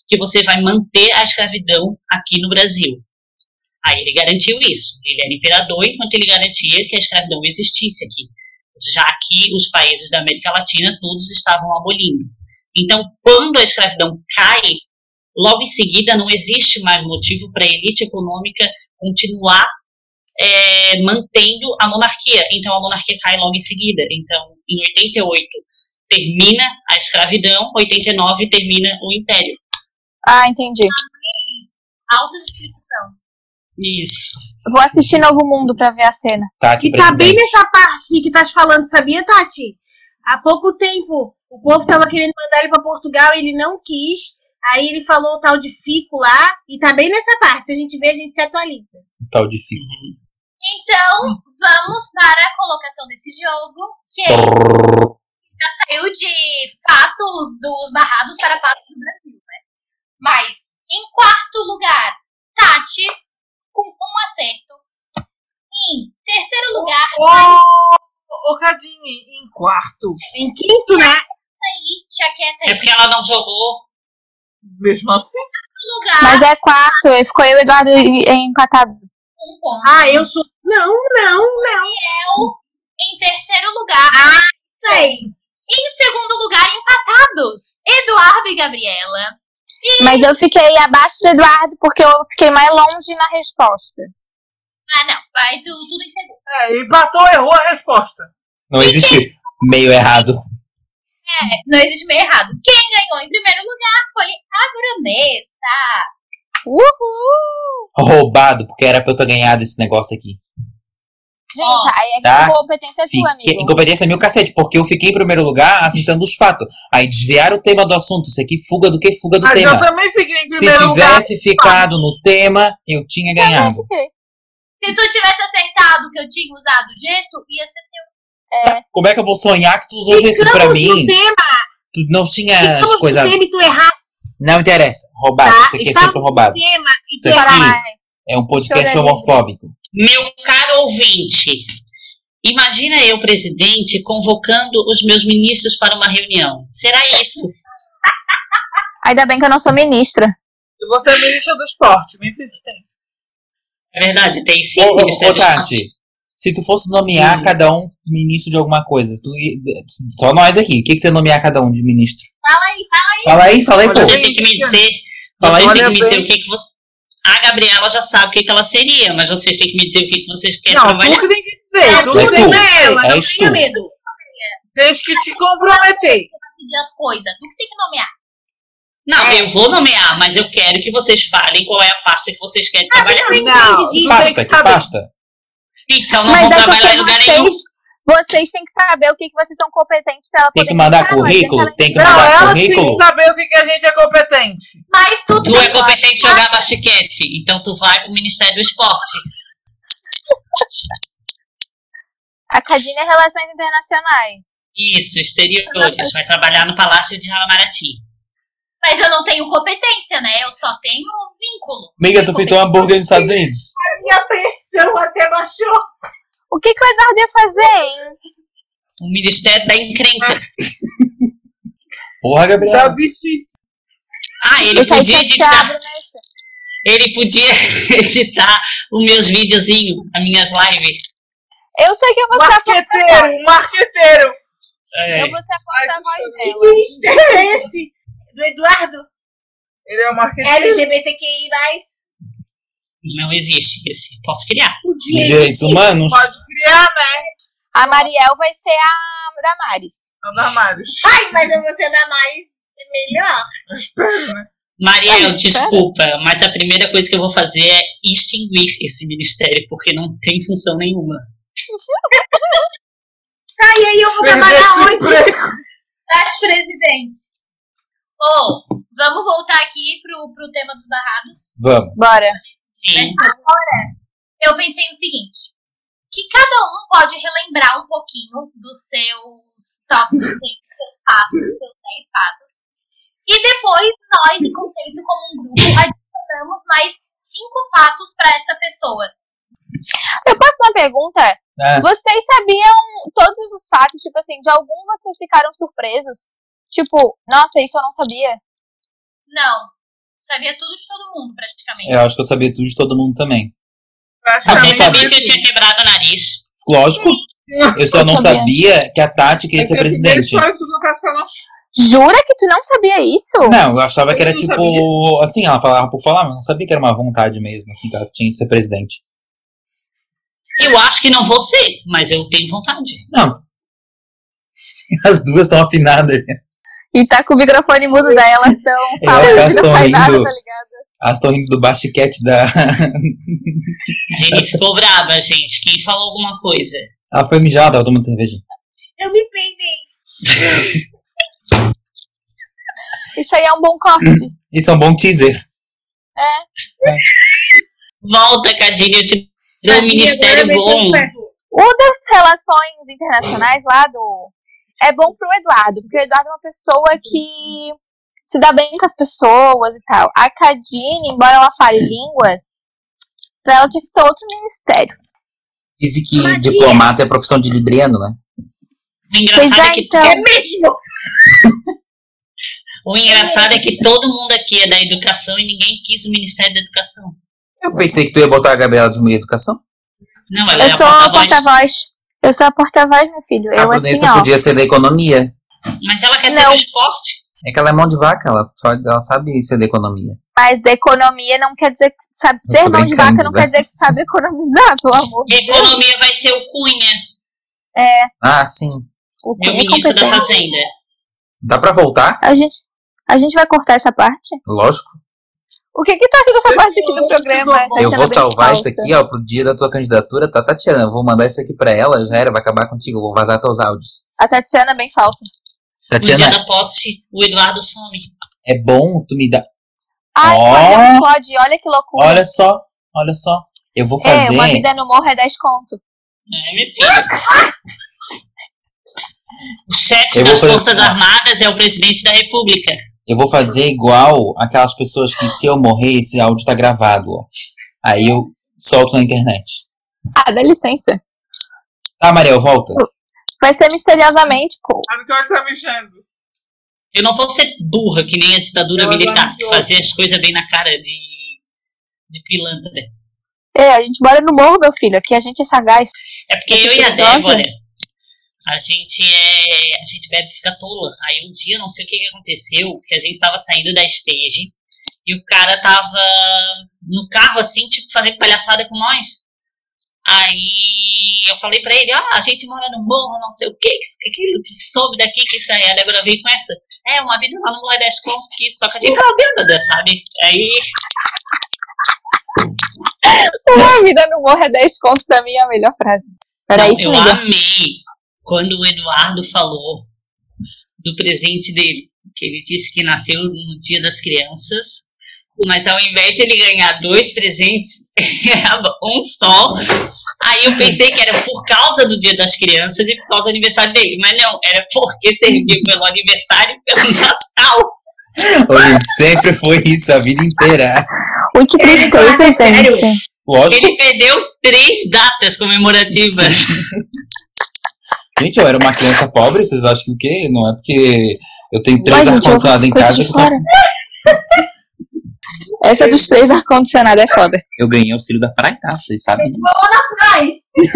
que você vai manter a escravidão aqui no Brasil. Aí ele garantiu isso. Ele era imperador enquanto ele garantia que a escravidão existisse aqui, já que os países da América Latina todos estavam abolindo. Então, quando a escravidão cai, logo em seguida não existe mais motivo para a elite econômica continuar mantendo a monarquia. Então, a monarquia cai logo em seguida. Então, em 88 termina a escravidão, 89 termina o império. Ah, entendi. Autodescrição. Isso. Vou assistir Novo Mundo pra ver a cena. Tati, E tá bem presidente. nessa parte que tá te falando, sabia, Tati? Há pouco tempo, o povo tava querendo mandar ele pra Portugal e ele não quis. Aí ele falou o tal de Fico lá. E tá bem nessa parte. Se a gente vê, a gente se atualiza. Tal de filho. Então, vamos para a colocação desse jogo, que já saiu de fatos dos barrados para fatos do Brasil, né? Mas, em quarto lugar, Tati, com 1 acerto. Em terceiro lugar, Ô, Cadine, em quarto. Em quinto, né? aí, tia quieta É aí. porque ela não jogou. Mesmo assim. Lugar, Mas é quarto, ficou eu e o Eduardo empatado. 1 ponto. Ah, eu sou... Não. Em terceiro lugar, Sei. em segundo lugar, empatados, Eduardo e Gabriela. Mas eu fiquei abaixo do Eduardo porque eu fiquei mais longe na resposta. Ah, não, vai tudo em segundo. Empatou, errou a resposta. Não existe meio errado. Não existe meio errado. Quem ganhou em primeiro lugar foi a Brunessa. Uhul! Roubado, porque era pra eu ter ganhado esse negócio aqui. Gente, aí é Tá. que competência é sua, amigo. Incompetência é mil cacete, porque eu fiquei em primeiro lugar acertando os fatos. Aí desviaram o tema do assunto. Isso aqui, fuga do que? Fuga do Mas tema. eu também fiquei em Se primeiro lugar. tivesse ficado no tema, eu tinha ganhado. Se tu tivesse acertado que eu tinha usado gesto, ia ser teu. Como é que eu vou sonhar que tu usou isso pra Ficamos mim? no tema. Tu não tinha as Ficamos coisas. no tema e tu erraste, Não interessa. Roubado. tá? Isso aqui é Estávamos sempre roubado. no tema e Isso tu aqui erraste. é um podcast Chora livre. homofóbico. Meu caro ouvinte, imagina eu, presidente, convocando os meus ministros para uma reunião. Será isso? Ainda bem que eu não sou ministra. E você é ministra do esporte, nem sei se tem. É verdade, tem sim. Ô, Ministério do Tati, Esporte. se tu fosse nomear cada um ministro de alguma coisa, só nós aqui, o que tu ia nomear cada um de ministro? Fala aí, pô. Olha, Vocês têm que me dizer, Fala aí, vocês têm olha que me dizer bem. o que você... A Gabriela já sabe o que ela seria, mas vocês têm que me dizer o que vocês querem Não, trabalhar. tu que tem que dizer. Não, Tu tu que tem não que é ela, não és tenha tu. medo. tens que te comprometer. Tu vai pedir as coisas. Tu que tem que nomear. Não, eu vou nomear, mas eu quero que vocês falem qual é a pasta que vocês querem A trabalhar. gente não Não, entende disso. tu tem Pasta, que que saber. pasta? Então não Mas vão é trabalhar porque em lugar nenhum. vocês têm que saber o que vocês são competentes pra ela Tem poder que mandar ganhar, não é currículo? aquela- Tem que Não, mandar ela tem que currículo? saber o que a gente é competente. Mas tu Tu é competente em jogar basquete, então tu vai pro Ministério do Esporte. A Cadine é Relações Internacionais. Isso, exteriores. Vai trabalhar no Palácio de Itamaraty. Mas eu não tenho competência, né? Eu só tenho vínculo. Amiga, tu fritou um hambúrguer nos Estados Unidos. Minha pressão até baixou. O que o Eduardo ia fazer, hein? O Ministério da Encrenca. Porra, Tá Gabriel. difícil. Ah, ele Esse aí podia tinha que ser editar. abre, né? Ele podia editar os meus videozinhos, as minhas lives. Eu sei que eu vou ser a Marqueteiro, marqueteiro. Eu vou ser a porta-voz Que dela. ministério é esse? Do Eduardo? Ele é o marqueteiro. LGBTQI+. Não existe esse. Posso criar. Podia Direitos existir. humanos. Pode criar, né? A Mariel vai ser a Damares. Ana Marius. Ai, mas eu vou ser da mais melhor. Eu espero, né? Mariel, Ai, desculpa, mas a primeira coisa que eu vou fazer é extinguir esse ministério, porque não tem função nenhuma. Tá, e aí eu vou Perder trabalhar esse onde? emprego. Tati, presidente. Vamos voltar aqui pro tema dos barrados. Vamos. Bora. Sim. Eu pensei o seguinte. Que cada um pode relembrar um pouquinho dos seus tópicos, dos seus fatos, dos seus 10 fatos. E depois nós, em consenso como um grupo, adicionamos mais 5 fatos para essa pessoa. Eu posso dar uma pergunta? Ah. Vocês sabiam todos os fatos? Tipo assim, de algum vocês ficaram surpresos? Tipo, nossa, isso eu não sabia. Não. Sabia tudo de todo mundo, praticamente. Eu acho que eu sabia tudo de todo mundo também. Você Praticamente. sabia que eu tinha quebrado o nariz. Lógico, eu só Eu não sabia. sabia que a Tati queria Essa ser é a primeira presidente. história que tu contasse pra nós. Jura que tu não sabia isso? Não, eu achava que era Eu não tipo, assim, ela falava por falar, mas não sabia que era uma vontade mesmo, assim, que ela tinha de ser presidente. Eu acho que não vou ser, mas eu tenho vontade. Não. As duas estão afinadas. E tá com o microfone mudo, daí elas estão Eu acho que elas falando e não tão faz nada, rindo. tá ligado? Elas estão rindo do basquete da... Jenny ficou braba, gente. Quem falou alguma coisa? Ela foi mijar, tava tomando cerveja. Eu me peidei. Isso aí é um bom corte. Isso é um bom teaser. Volta, Cadinho, eu te dou um ministério bom. O das relações internacionais lá do... É bom pro Eduardo, porque o Eduardo é uma pessoa que se dá bem com as pessoas e tal. A Cadine, embora ela fale línguas, pra ela tinha que ser outro ministério. Dizem que Magia. diplomata é profissão de libriano, né? O engraçado Pois é, é que então. É mesmo? O engraçado é que todo mundo aqui é da educação e ninguém quis o Ministério da Educação. Eu pensei que tu ia botar a Gabriela de meio educação. Não, ela Eu é a sou a porta-voz. porta-voz. Eu sou a porta-voz, meu filho. A Eu assim, Prudência ó. podia ser da economia. Mas ela quer ser Não. do esporte. É que ela é mão de vaca, ela sabe ser da economia. Mas economia não quer dizer que sabe Eu ser tô mão de brincando, vaca, não né? quer dizer que sabe economizar, pelo amor de Deus. Economia vai ser o Cunha, Ah, sim. O meu Cunha é ministro da competente. Fazenda. Dá pra voltar? A gente vai cortar essa parte? Lógico. O que tu acha dessa parte aqui do programa? Eu Tatiana vou salvar Bem isso aqui, ó, pro dia da tua candidatura, tá, Tatiana? Eu vou mandar isso aqui pra ela, já era, vai acabar contigo, eu vou vazar teus áudios. A Tatiana bem falsa. No dia Tatiana, da posse, o Eduardo some. é bom tu me dar... Ai, Ó. olha, não pode, olha que loucura. Olha só. Eu vou fazer... Uma vida no morro é 10 conto. É, meu filho. O chefe Eu vou das fazer- Forças Armadas é o presidente da República. Eu vou fazer igual aquelas pessoas que se eu morrer, esse áudio tá gravado, ó. Aí eu solto na internet. Ah, dá licença. Tá, Mariel, volta. Vai ser misteriosamente, pô. A Nicole tá mijando. Eu não vou ser burra que nem a ditadura Ela militar, já que fazia as coisas bem na cara de pilantra. A gente mora no morro, meu filho. Aqui a gente é sagaz. É porque Você eu e a perigosa? Débora, a gente bebe e fica tola. Aí um dia, não sei o que aconteceu, que a gente tava saindo da stage e o cara tava no carro, assim, tipo, fazendo palhaçada com nós. Aí eu falei pra ele, a gente mora no morro, não sei o que aquilo, que soube daqui que isso aí. A Débora veio com essa. Uma vida lá no morro é 10 contos, isso, só que a gente tava bêbada, sabe? Aí, Uma vida no morro é 10 conto, pra mim é a melhor frase. Era não, isso, eu amiga. amei quando o Eduardo falou do presente dele, que ele disse que nasceu no Dia das Crianças, mas ao invés de ele ganhar 2 presentes, ganhava um só. Aí eu pensei que era por causa do Dia das Crianças e por causa do aniversário dele, mas não, era porque serviu pelo aniversário e pelo Natal. Ô, gente, sempre foi isso a vida inteira. Ui, que tristeza, sério? gente. Lógico. Ele perdeu 3 datas comemorativas. Gente, eu era uma criança pobre, vocês acham que o quê? Não é porque eu tenho 3 Ué, gente, eu ar-condicionados em faço coisa casa de que só... fora. Essa dos 3 ar-condicionado é foda. Eu ganhei auxílio da praia, tá? Vocês sabem disso. Ai,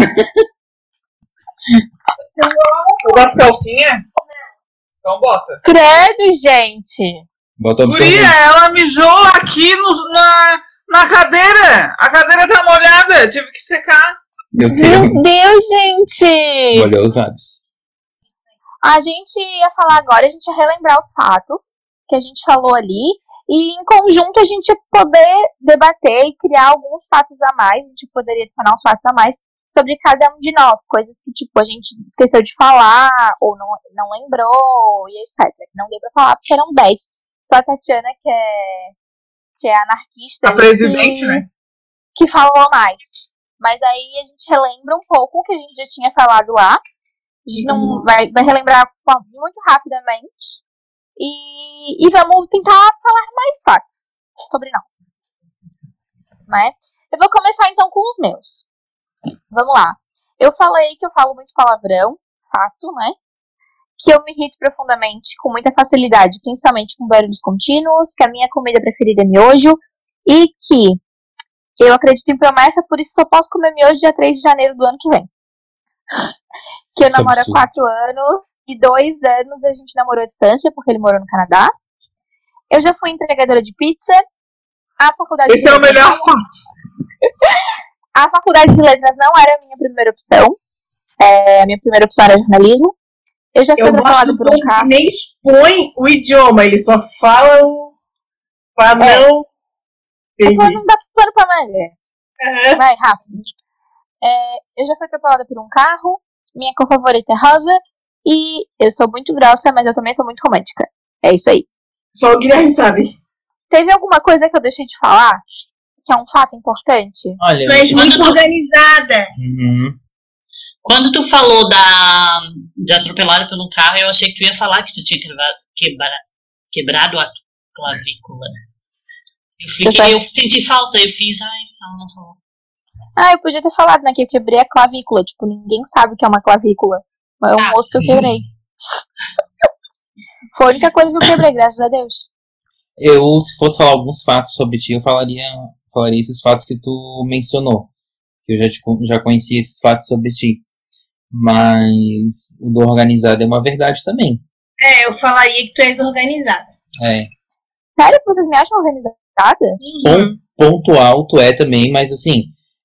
Tu das calcinhas? Então bota. Credo, gente. Bota Guria, absorvente. ela mijou aqui na cadeira. A cadeira tá molhada, tive que secar. Meu Deus. Meu Deus, gente. Molhou os lábios. A gente ia falar agora, a gente ia relembrar os fatos que a gente falou ali. E em conjunto a gente ia poder debater e criar alguns fatos a mais. A gente poderia adicionar uns fatos a mais sobre cada um de nós. Coisas que, tipo, a gente esqueceu de falar ou não lembrou e etc. Que não deu pra falar porque eram 10. Só a Tatiana, que é anarquista. A presidente, né? Que falou mais. Mas aí a gente relembra um pouco o que a gente já tinha falado lá. A gente não vai relembrar muito rapidamente. E vamos tentar falar mais fatos sobre nós. Né? Eu vou começar então com os meus. Vamos lá. Eu falei que eu falo muito palavrão, fato, né? que eu me irrito profundamente, com muita facilidade, principalmente com barulhos contínuos, que a minha comida preferida é miojo, e que eu acredito em promessa, por isso só posso comer miojo dia 3 de janeiro do ano que vem. Que eu Isso é namoro há absurdo. 4 anos, e 2 anos a gente namorou à distância, porque ele morou no Canadá. Eu já fui entregadora de pizza. A faculdade Esse é o melhor fato. A faculdade de letras não era a minha primeira opção. A minha primeira opção era jornalismo. Eu já fui Eu gosto atropelada do por um povo que carro. nem expõe o idioma, eles só falam pra não... Depois não dá pano pra manga. Aham. Vai, rápido. Eu já fui atropelada por um carro. Minha cor favorita é rosa. E eu sou muito grossa, mas eu também sou muito romântica. É isso aí. Só o Guilherme sabe. Teve alguma coisa que eu deixei de falar? Que é um fato importante? Olha, Tu és muito organizada. Uhum. Quando tu falou de atropelado pelo carro, eu achei que tu ia falar que tu tinha quebrado a clavícula. Eu senti falta, eu fiz, ela não falou. Eu podia ter falado, né? Que eu quebrei a clavícula. Tipo, ninguém sabe o que é uma clavícula. É um osso que eu quebrei. Foi a única coisa que eu quebrei, graças a Deus. Eu, se fosse falar alguns fatos sobre ti, eu falaria esses fatos que tu mencionou. Que eu já conhecia esses fatos sobre ti. Mas o do organizado é uma verdade também. Eu falaria que tu és organizada. Sério que vocês me acham organizada? Pontual tu é também, mas assim,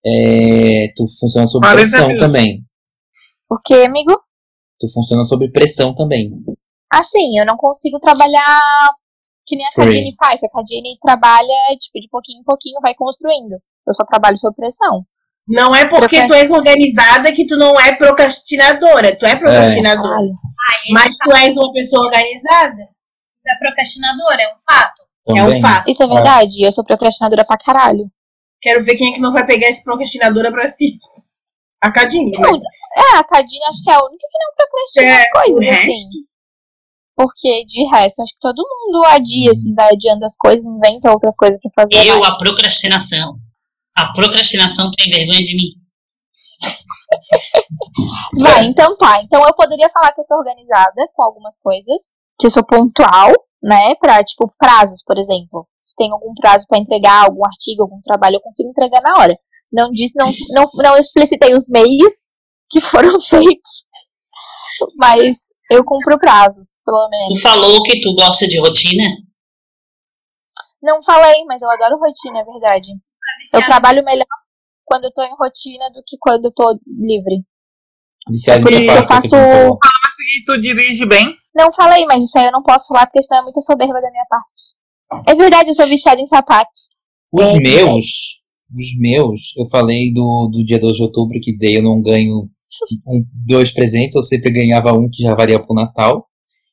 tu funciona sob pressão também. O quê, amigo? Tu funciona sob pressão também. Assim, eu não consigo trabalhar que nem a Cadine faz. A Cadine trabalha, tipo, de pouquinho em pouquinho, vai construindo. Eu só trabalho sob pressão. Não é porque tu és organizada que tu não é procrastinadora. Tu é procrastinadora. Mas tu és uma pessoa organizada. Da procrastinadora, é um fato. Também. É um fato. Isso é verdade. Eu sou procrastinadora pra caralho. Quero ver quem é que não vai pegar esse procrastinadora pra si. A Cadine. A Cadine acho que é a única que não procrastina as coisas, assim. Porque, de resto, acho que todo mundo adia, assim, vai adiando as coisas, inventa outras coisas pra fazer. A procrastinação. A procrastinação tem vergonha de mim. Então tá. Então eu poderia falar que eu sou organizada com algumas coisas. Que eu sou pontual, né? Pra, tipo, prazos, por exemplo. Se tem algum prazo pra entregar algum artigo, algum trabalho, eu consigo entregar na hora. Não explicitei os meios que foram feitos. Mas eu cumpro prazos, pelo menos. Tu falou que tu gosta de rotina? Não falei, mas eu adoro rotina, é verdade. Eu trabalho melhor quando eu tô em rotina do que quando eu tô livre. Viciado Por em isso que eu sapato, faço... Assim, tu dirige bem? Não falei, mas isso aí eu não posso falar porque senão é muita soberba da minha parte. É verdade, eu sou viciada em sapato. Os meus, eu falei do dia 12 de outubro que daí eu não ganho 2 presentes, eu sempre ganhava um que já varia pro Natal.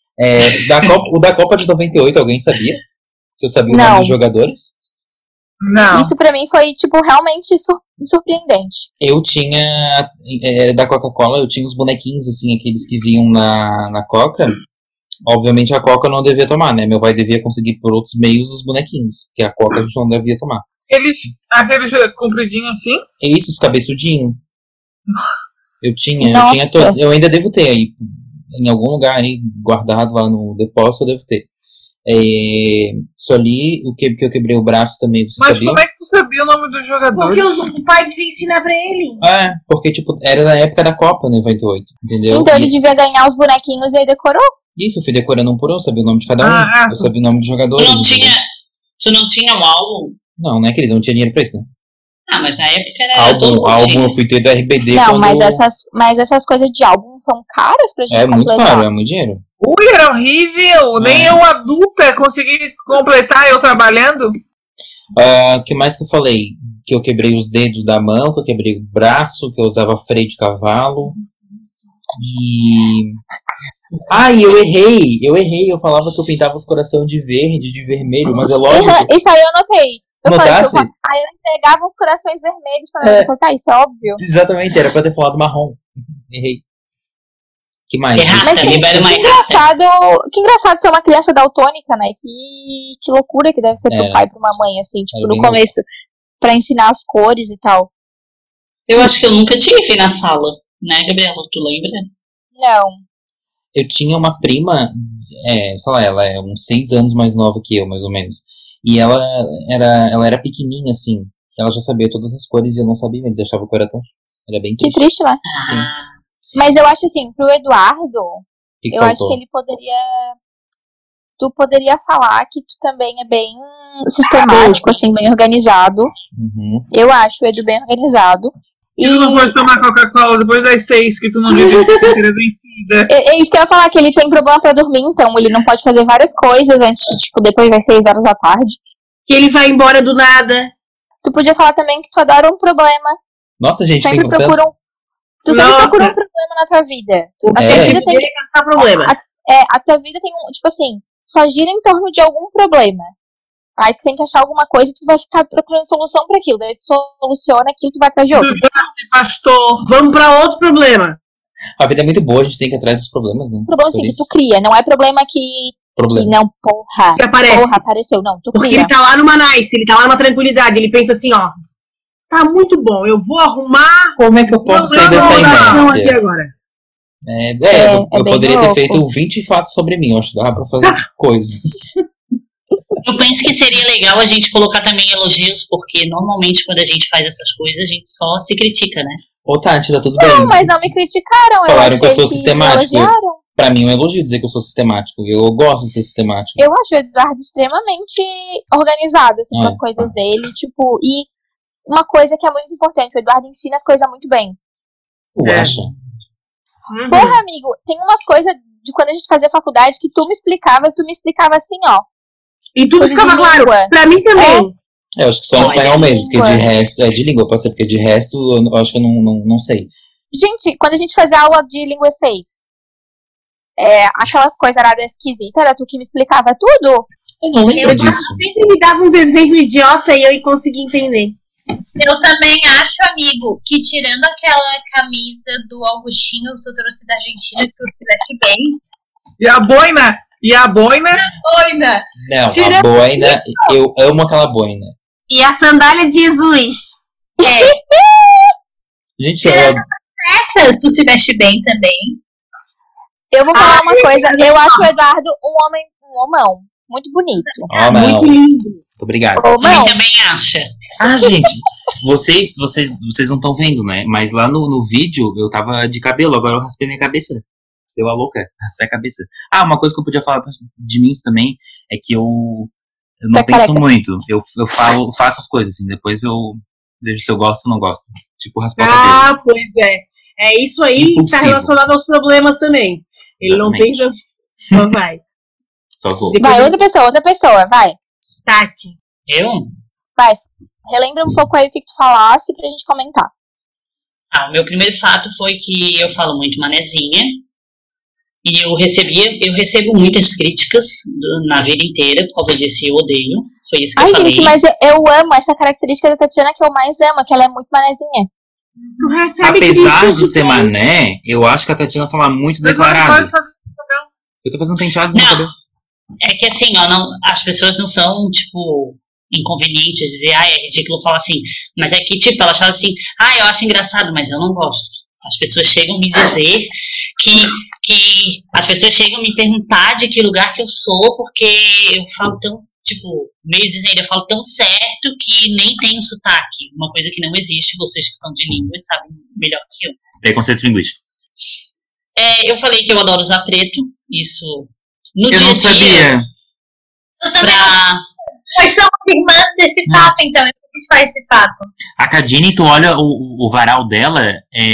O da Copa de 98, alguém sabia? Que eu sabia o nome dos jogadores? Não. Isso pra mim foi, tipo, realmente surpreendente. Eu tinha, da Coca-Cola, eu tinha os bonequinhos, assim, aqueles que vinham na Coca. Obviamente a Coca eu não devia tomar, né? Meu pai devia conseguir por outros meios os bonequinhos, que a Coca a gente não devia tomar. Aqueles compridinhos assim? Isso, os cabeçudinhos. Eu tinha Nossa. todos. Eu ainda devo ter aí, em algum lugar aí, guardado lá no depósito, eu devo ter. Isso ali, o que eu quebrei o braço também, você Mas sabia? como é que tu sabia o nome dos jogadores? Porque o pai devia ensinar pra ele. Porque, tipo, era na época da Copa, 98, entendeu? Então ele devia ganhar os bonequinhos e aí decorou. Isso, eu fui decorando um por um, eu sabia o nome de cada um. Eu sabia o nome dos jogadores. Tu não tinha um álbum? Não, né, querido? Não tinha dinheiro pra isso, né? Mas na época era Álbum eu fui ter do RBD. Não, mas essas coisas de álbum são caras pra gente completar. Muito caro, é muito dinheiro. Ui, era horrível. Nem eu adulta consegui completar eu trabalhando. O que mais que eu falei? Que eu quebrei os dedos da mão, que eu quebrei o braço, que eu usava freio de cavalo. E eu errei. Eu falava que eu pintava os corações de verde, de vermelho, mas é lógico. Isso aí eu anotei. Notasse? Eu entregava uns corações vermelhos pra cortar, isso é óbvio. Exatamente, era pra ter falado marrom. Errei. Que mais? Mas que engraçado ser uma criança daltônica, né? Que loucura que deve ser pro pai e pra uma mãe, assim, tipo, no começo, pra ensinar as cores e tal. Eu acho que eu nunca tive na sala, né, Gabriela? Tu lembra? Não. eu tinha uma prima, sei lá, ela é uns 6 anos mais nova que eu, mais ou menos. E ela era pequenininha, assim. Ela já sabia todas as cores e eu não sabia, eles achavam que eu era tão... Era bem Que triste. triste, né? Sim. Mas eu acho assim, pro Eduardo, Que eu acho faltou? que ele poderia... Tu poderia falar que tu também é bem sistemático, assim, bem organizado. Uhum. Eu acho o Edu bem organizado. E tu não pode tomar Coca-Cola depois das 6, que tu não devia ter vencida. É isso que eu ia falar, que ele tem problema pra dormir, então ele não pode fazer várias coisas antes de, tipo, depois das 6 horas da tarde. Que ele vai embora do nada. Tu podia falar também que tu adora um problema. Nossa, gente, Sempre tem tanto... procura Tu sempre Nossa. procura um problema na tua vida. A É. tua vida tem Ele caçar problema. a tua vida tem um, tipo assim, só gira em torno de algum problema. Aí tu tem que achar alguma coisa e tu vai ficar procurando solução pra aquilo. Daí tu soluciona aquilo, tu vai atrás de outro. Esse pastor. Vamos pra outro problema. A vida é muito boa, a gente tem que ir atrás dos problemas, né? Problema assim Por que isso. tu cria, não é problema que não, porra. Que aparece. Porra, apareceu, não, tu Porque cria. ele tá lá numa nice, ele tá lá numa tranquilidade. Ele pensa assim, ó. Tá muito bom, eu vou arrumar... Como é que eu posso sair dessa não aqui inércia? agora. Eu bem poderia ter louco. feito 20 fatos sobre mim, eu acho que dava pra fazer coisas. Eu penso que seria legal a gente colocar também elogios, porque normalmente quando a gente faz essas coisas, a gente só se critica, né? Ô, Tati, tá tudo Não, bem. mas não me criticaram. Falaram eu que eu achei sou sistemático. Elogiaram. Pra mim é um elogio dizer que eu sou sistemático. Eu gosto de ser sistemático. Eu acho o Eduardo extremamente organizado, assim, com as É. coisas dele, tipo, e uma coisa que é muito importante, o Eduardo ensina as coisas muito bem. Tu acha? Porra, amigo, tem umas coisas de quando a gente fazia faculdade que tu me explicava assim, ó. E tudo Coisa ficava de claro. língua. Pra mim também. Eu acho que só no Olha, espanhol mesmo, porque de língua. resto... É de língua, pode ser, porque de resto eu acho que eu não sei. Gente, quando a gente fazia aula de língua 6, aquelas coisas aradas esquisitas, era tu que me explicava tudo? Eu não lembro Eu disso. sempre me dava uns exemplos idiota e eu conseguia entender. Eu também acho, amigo, que tirando aquela camisa do Augustinho que tu trouxe da Argentina, que tu estivesse bem. E a boina? Boina! Não, Tira- a boina... Eu amo aquela boina. E a sandália de Jesus. Gente, Tirando essas, tu se veste bem também. Eu vou falar uma coisa, eu acho o Eduardo um homão, muito bonito. não. Muito lindo. Muito obrigado. Quem Homão, também acha. Ah, gente, vocês não estão vendo, né? Mas lá no vídeo eu tava de cabelo, agora eu raspei minha cabeça. Deu a louca, raspei a cabeça. Ah, uma coisa que eu podia falar de mim também é que eu não Tá penso careca. muito. Eu faço as coisas assim, depois eu vejo se eu gosto ou não gosto. Tipo, raspar o cabelo. Ah, pois é. É isso aí que tá Impulsivo. relacionado aos problemas também. Ele não tem... Exatamente. Então vai. Só vou. vai, outra pessoa, vai. Tati. Eu? Vai, relembra um pouco aí o que tu falasse pra gente comentar. O meu primeiro fato foi que eu falo muito manezinha. E eu recebo muitas críticas na vida inteira por causa disso, eu odeio. Foi isso que Ai, eu falei. gente, mas eu amo essa característica da Tatiana que eu mais amo, que ela é muito manezinha. Tu recebe Apesar críticas de ser mané, eu acho que a Tatiana fala muito declarado. Eu tô fazendo penteados no Não. cabelo. É que assim, as pessoas não são, tipo, inconvenientes, dizer, é ridículo falar assim. Mas é que, tipo, elas falam assim, eu acho engraçado, mas eu não gosto. As pessoas chegam a me dizer que as pessoas chegam a me perguntar de que lugar que eu sou, porque eu falo tão, tipo, meio dizendo, eu falo tão certo que nem tenho sotaque. Uma coisa que não existe, vocês que são de línguas sabem melhor que eu. Preconceito linguístico. Eu falei que eu adoro usar preto, isso no Eu dia não a dia. sabia. Eu também não. Nós somos irmãs desse fato, então eu preciso falar esse fato. A Cadine, tu olha o varal dela,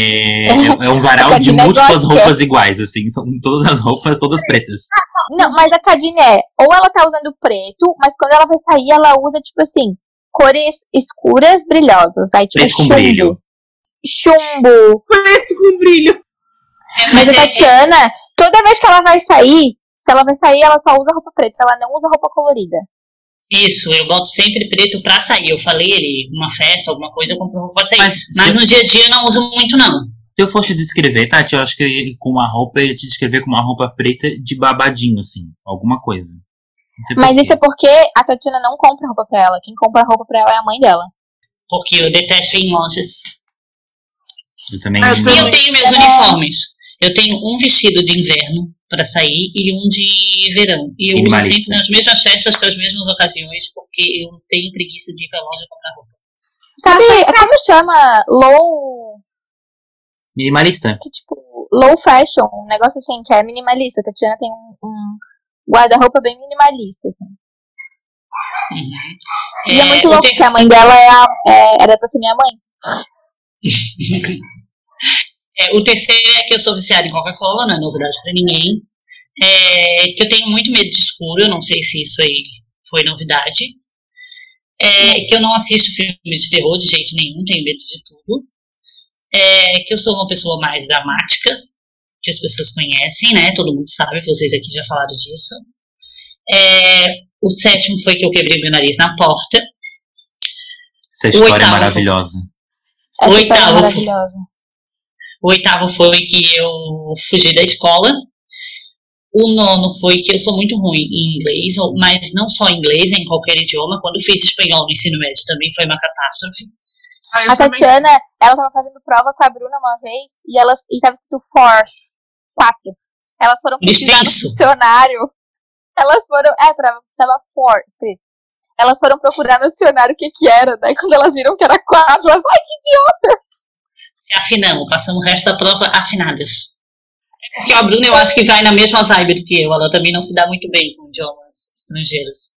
é um varal A de Cadine é múltiplas gótica. roupas iguais, assim. São todas as roupas, todas pretas. Não, mas a Cadine ou ela tá usando preto, mas quando ela vai sair, ela usa, tipo assim, cores escuras, brilhosas. Aí, tipo, Preto com chumbo. brilho. Chumbo. preto com brilho. Mas a Tatiana, toda vez que ela vai sair, se ela vai sair, ela só usa roupa preta, ela não usa roupa colorida. Isso, eu boto sempre preto pra sair. Eu falei, uma festa, alguma coisa, eu compro roupa pra sair. Mas Mas no dia a dia eu não uso muito, não. Se eu fosse te descrever, Tati, eu acho que com uma roupa, eu ia te descrever com uma roupa preta de babadinho, assim. Alguma coisa. Não sei por Mas quê. isso é porque a Tatiana não compra roupa pra ela. Quem compra roupa pra ela é a mãe dela. Porque eu detesto ir em lojas. Eu também... Ah, E eu tenho meus uniformes. Eu tenho um vestido de inverno, pra sair e um de verão. E eu uso Minimalista. sempre nas mesmas festas, para as mesmas ocasiões, porque eu tenho preguiça de ir pra loja comprar roupa. Sabe, como chama? Minimalista. Que, tipo, low fashion, um negócio assim, que é minimalista. A Tatiana tem um guarda-roupa bem minimalista, assim. Uhum. E é muito louco, porque a mãe dela era pra ser minha mãe. O terceiro é que eu sou viciada em Coca-Cola, não é novidade pra ninguém. Que eu tenho muito medo de escuro, eu não sei se isso aí foi novidade. Que eu não assisto filme de terror de jeito nenhum, tenho medo de tudo. Que eu sou uma pessoa mais dramática, que as pessoas conhecem, né? Todo mundo sabe, vocês aqui já falaram disso. O sétimo foi que eu quebrei meu nariz na porta. Essa história é maravilhosa. Essa história é maravilhosa. O oitavo foi que eu fugi da escola. O nono foi que eu sou muito ruim em inglês, mas não só em inglês, em qualquer idioma. Quando fiz espanhol no ensino médio também foi uma catástrofe. A Tatiana, ela tava fazendo prova com a Bruna uma vez e tava escrito 4. Elas foram pesquisar no dicionário. Elas foram. Tava 4 escrito. Elas foram procurar no dicionário o que era. Daí quando elas viram que era 4, elas, ai, que idiotas! Afinamos, passamos o resto da prova afinadas. Porque a Bruna eu acho que vai na mesma vibe do que eu. Ela também não se dá muito bem com idiomas estrangeiros.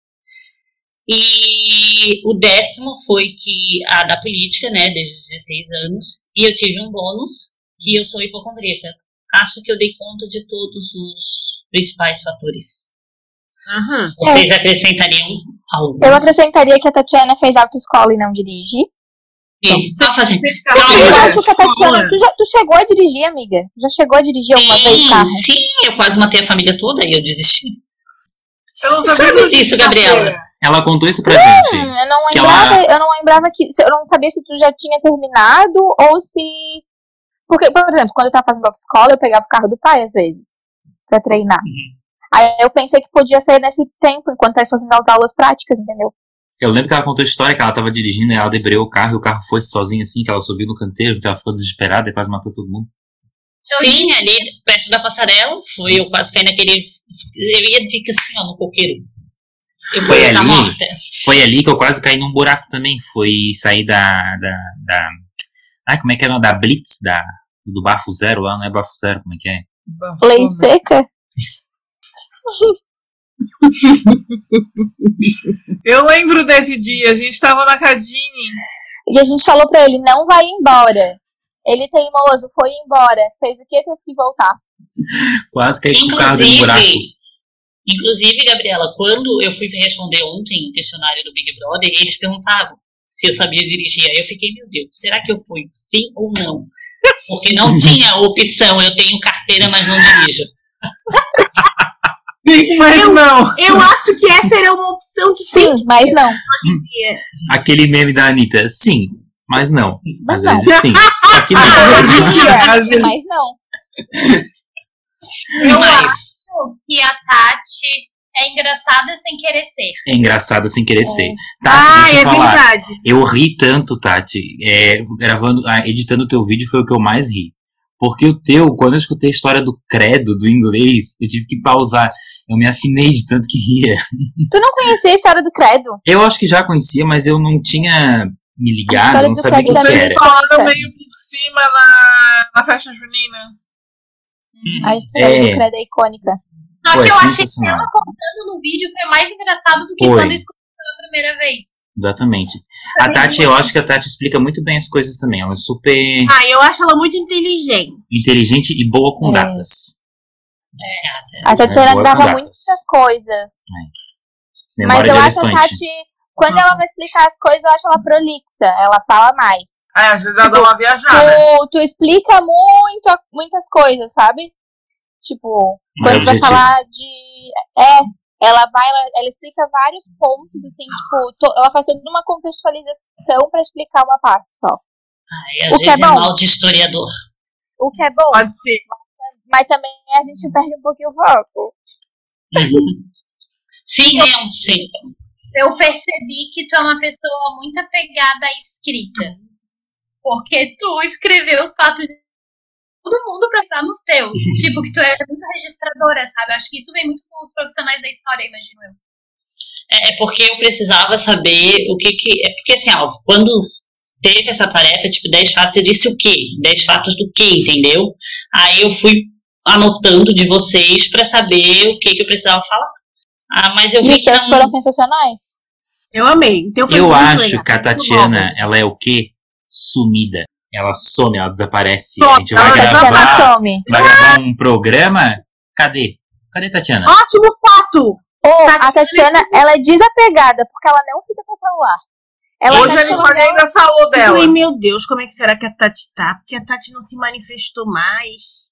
E o 10º foi que a da política, né, desde os 16 anos. E eu tive um bônus, que eu sou hipocondríaca. Acho que eu dei conta de todos os principais fatores. Uhum. Vocês acrescentariam algo? Eu acrescentaria que a Tatiana fez autoescola e não dirige. Tá fazendo. Eu acho que a Tatiana. Tu chegou a dirigir, amiga? Tu já chegou a dirigir alguma vez carro? Sim, eu quase matei a família toda e eu desisti. Eu não sabia disso, Gabriela. Ela contou isso pra gente. Eu não lembrava que. Eu não sabia se tu já tinha terminado ou se. Porque, por exemplo, quando eu tava fazendo autoescola, eu pegava o carro do pai às vezes. Pra treinar. Uhum. Aí eu pensei que podia ser nesse tempo, enquanto tá fazendo as aulas práticas, entendeu? Eu lembro que ela contou a história que ela tava dirigindo e ela debreou o carro e o carro foi sozinho assim, que ela subiu no canteiro, que ela ficou desesperada e quase matou todo mundo. Sim, ali perto da passarela, eu quase caí naquele. Eu ia dizer que assim, ó, no coqueiro. Eu vou estar morta. Foi ali que eu quase caí num buraco também. Foi sair como é que é? Da Blitz, do Bafo Zero lá, não é Bafo Zero, como é que é? Lei seca? Eu lembro desse dia, a gente tava na Cadine. E a gente falou pra ele, não vai embora. Ele teimoso, foi embora. Fez o que? Teve que voltar. Quase caí com o carro dentro do buraco. Inclusive, Gabriela, quando eu fui responder ontem o questionário do Big Brother, eles perguntavam se eu sabia dirigir. Aí eu fiquei, meu Deus, será que eu fui sim ou não? Porque não tinha opção, eu tenho carteira, mas não dirijo. Sim, mas não. Eu acho que essa era uma opção de sim, mas não. Hoje em dia. Aquele meme da Anitta, sim, mas não. Mas às vezes sim, só que não. Mas não. Eu acho que a Tati é engraçada sem querer ser. É engraçada sem querer ser. Tati, deixa eu falar. Verdade. Eu ri tanto, Tati. Editando o teu vídeo foi o que eu mais ri. Porque o teu, quando eu escutei a história do credo, do inglês, eu tive que pausar. Eu me afinei de tanto que ria. Tu não conhecia a história do credo? Eu acho que já conhecia, mas eu não tinha me ligado, não sabia o que era. Eles falaram meio por cima na festa junina. A história do credo é icônica. Só que eu achei que ela contando no vídeo foi mais engraçado do que quando eu escutei pela primeira vez. Exatamente. A Tati, eu acho que a Tati explica muito bem as coisas também. Ela é super eu acho ela muito inteligente. inteligente e boa com datas. A Tatiana grava muitas coisas. Mas eu acho a Tati, quando ela vai explicar as coisas, eu acho ela prolixa. Ela fala mais. Às vezes ela dá uma viajada. Tu explica muitas coisas, sabe? Tipo, quando tu vai falar de... Ela explica vários pontos, assim, tipo, ela faz toda uma contextualização pra explicar uma parte só. O que é bom. Mal de historiador. O que é bom. Pode ser. Mas também a gente perde um pouquinho o foco. Sim, sim. Eu percebi que tu é uma pessoa muito apegada à escrita. Porque tu escreveu os fatos todo mundo pensar nos teus. Tipo, que tu é muito registradora, sabe? Eu acho que isso vem muito com os profissionais da história, imagino eu. É porque eu precisava saber o que. É porque assim, ó, quando teve essa tarefa, tipo, 10 fatos, eu disse o quê? 10 fatos do quê, entendeu? Aí eu fui anotando de vocês pra saber o que eu precisava falar. Mas eu E vi os que textos foram sensacionais. Eu amei. Então foi Eu muito acho legal. que a Muito Tatiana, bom. ela é o quê? Sumida. Ela some, ela desaparece. Some, A gente vai A Tatiana gravar, some. um programa. Cadê? Cadê a Tatiana? Ótimo fato! Ou a Tatiana- Tatiana, ela é desapegada, porque ela não fica com o celular. Ela Hoje tá a no Nicole celular. ainda falou Eu dela. falei, meu Deus, como é que será que a Tati tá? Porque a Tati não se manifestou mais.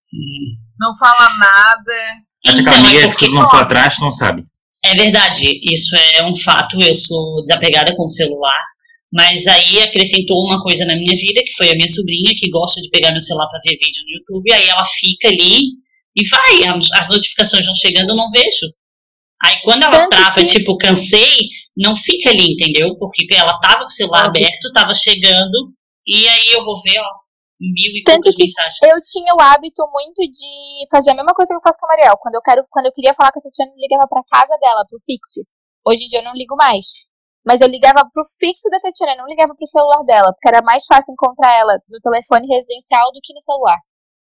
Não fala nada. Tati, Então, aquela amiga é que se porque- não for atrás, tu não sabe. É verdade, isso é um fato. Eu sou desapegada com o celular, mas aí acrescentou uma coisa na minha vida, que foi a minha sobrinha, que gosta de pegar meu celular para ver vídeo no YouTube. Aí ela fica ali e vai, as notificações vão chegando, eu não vejo. Aí quando ela Tanto trava, que- tipo, cansei, não fica ali, entendeu? Porque ela tava com o celular aberto, tava chegando, e aí eu vou ver, ó, 1000 e Tanto poucas que- mensagens. Eu tinha o hábito muito de fazer a mesma coisa que eu faço com a Mariel. Quando eu queria falar com a Tatiana, eu ligava pra casa dela, pro fixo. Hoje em dia eu não ligo mais. Mas eu ligava pro fixo da Tatiana, eu não ligava pro celular dela, porque era mais fácil encontrar ela no telefone residencial do que no celular.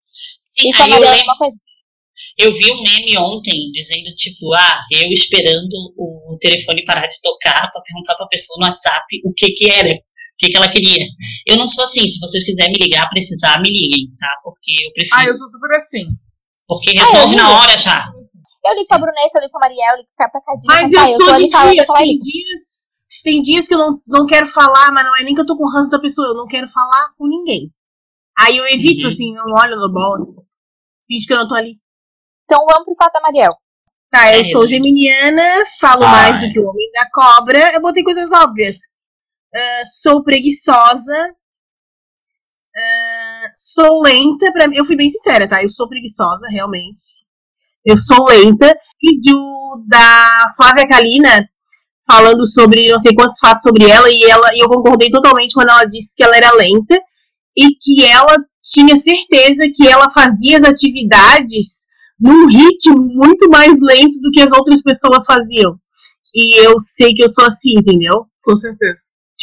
E com a Aí eu Mariel é lembro- uma coisa. Eu vi um meme ontem dizendo, tipo, eu esperando o telefone parar de tocar pra perguntar pra pessoa no WhatsApp o que era, o que ela queria. Eu não sou assim, se vocês quiserem me ligar, precisar, me liguem, tá? Porque eu prefiro, Eu sou super assim. porque resolve eu na ligo. hora já. Eu ligo pra Brunessa, eu ligo pra Mariel, eu ligo pra Cadinha. Mas papai, eu tô sou ali de falando, dias, eu falo, tem dias que eu não quero falar, mas não é nem que eu tô com ranço da pessoa, eu não quero falar com ninguém. Aí eu evito, Uhum. assim, não olho na bola, finge que eu não tô ali. Então vamos pro fato da Mariel. Tá, eu É, sou exato. geminiana, falo Ah, mais é. do que o homem da cobra, eu botei coisas óbvias. Sou preguiçosa, sou lenta, eu fui bem sincera, tá? Eu sou preguiçosa, realmente. Eu sou lenta. Vídeo da Flávia Kalina falando sobre não sei quantos fatos sobre ela e eu concordei totalmente quando ela disse que ela era lenta e que ela tinha certeza que ela fazia as atividades num ritmo muito mais lento do que as outras pessoas faziam. E eu sei que eu sou assim, entendeu? Com certeza.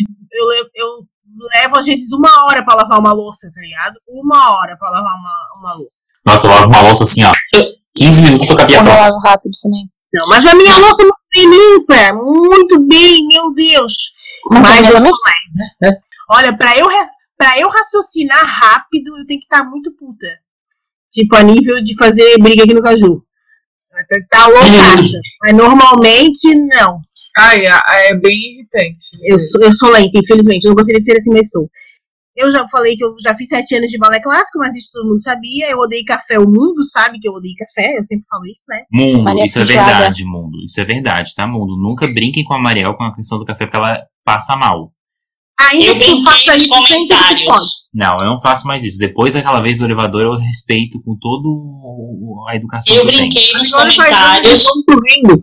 Eu levo às vezes 1 hora pra lavar uma louça, tá ligado? 1 hora pra lavar uma louça. Nossa, eu lavo uma louça assim, ó. 15 minutos eu tô com a pia Eu pronta. lavo rápido também. Não, mas a minha louça é muito bem limpa, muito bem, meu Deus. Mas eu também. Olha, pra eu raciocinar rápido, eu tenho que estar muito puta. Tipo, a nível de fazer briga aqui no Caju. Tá loucaça. Mas normalmente, não. É bem irritante. Eu sou lenta, infelizmente. Eu não gostaria de ser assim, mas sou. Eu já falei que eu já fiz 7 anos de balé clássico, mas isso todo mundo sabia. Eu odeio café. O mundo sabe que eu odeio café. Eu sempre falo isso, né? Mundo, Maria isso é Fechada. verdade, mundo. Isso é verdade, tá, mundo? Nunca brinquem com a Mariel com a questão do café, porque ela passa mal. Ainda Eu que tu brinquei faça nos isso sempre que tu comentários. pode. Não, eu não faço mais isso. Depois daquela vez do elevador, eu respeito com toda a educação Eu que eu tenho. brinquei nos Agora faz comentários. O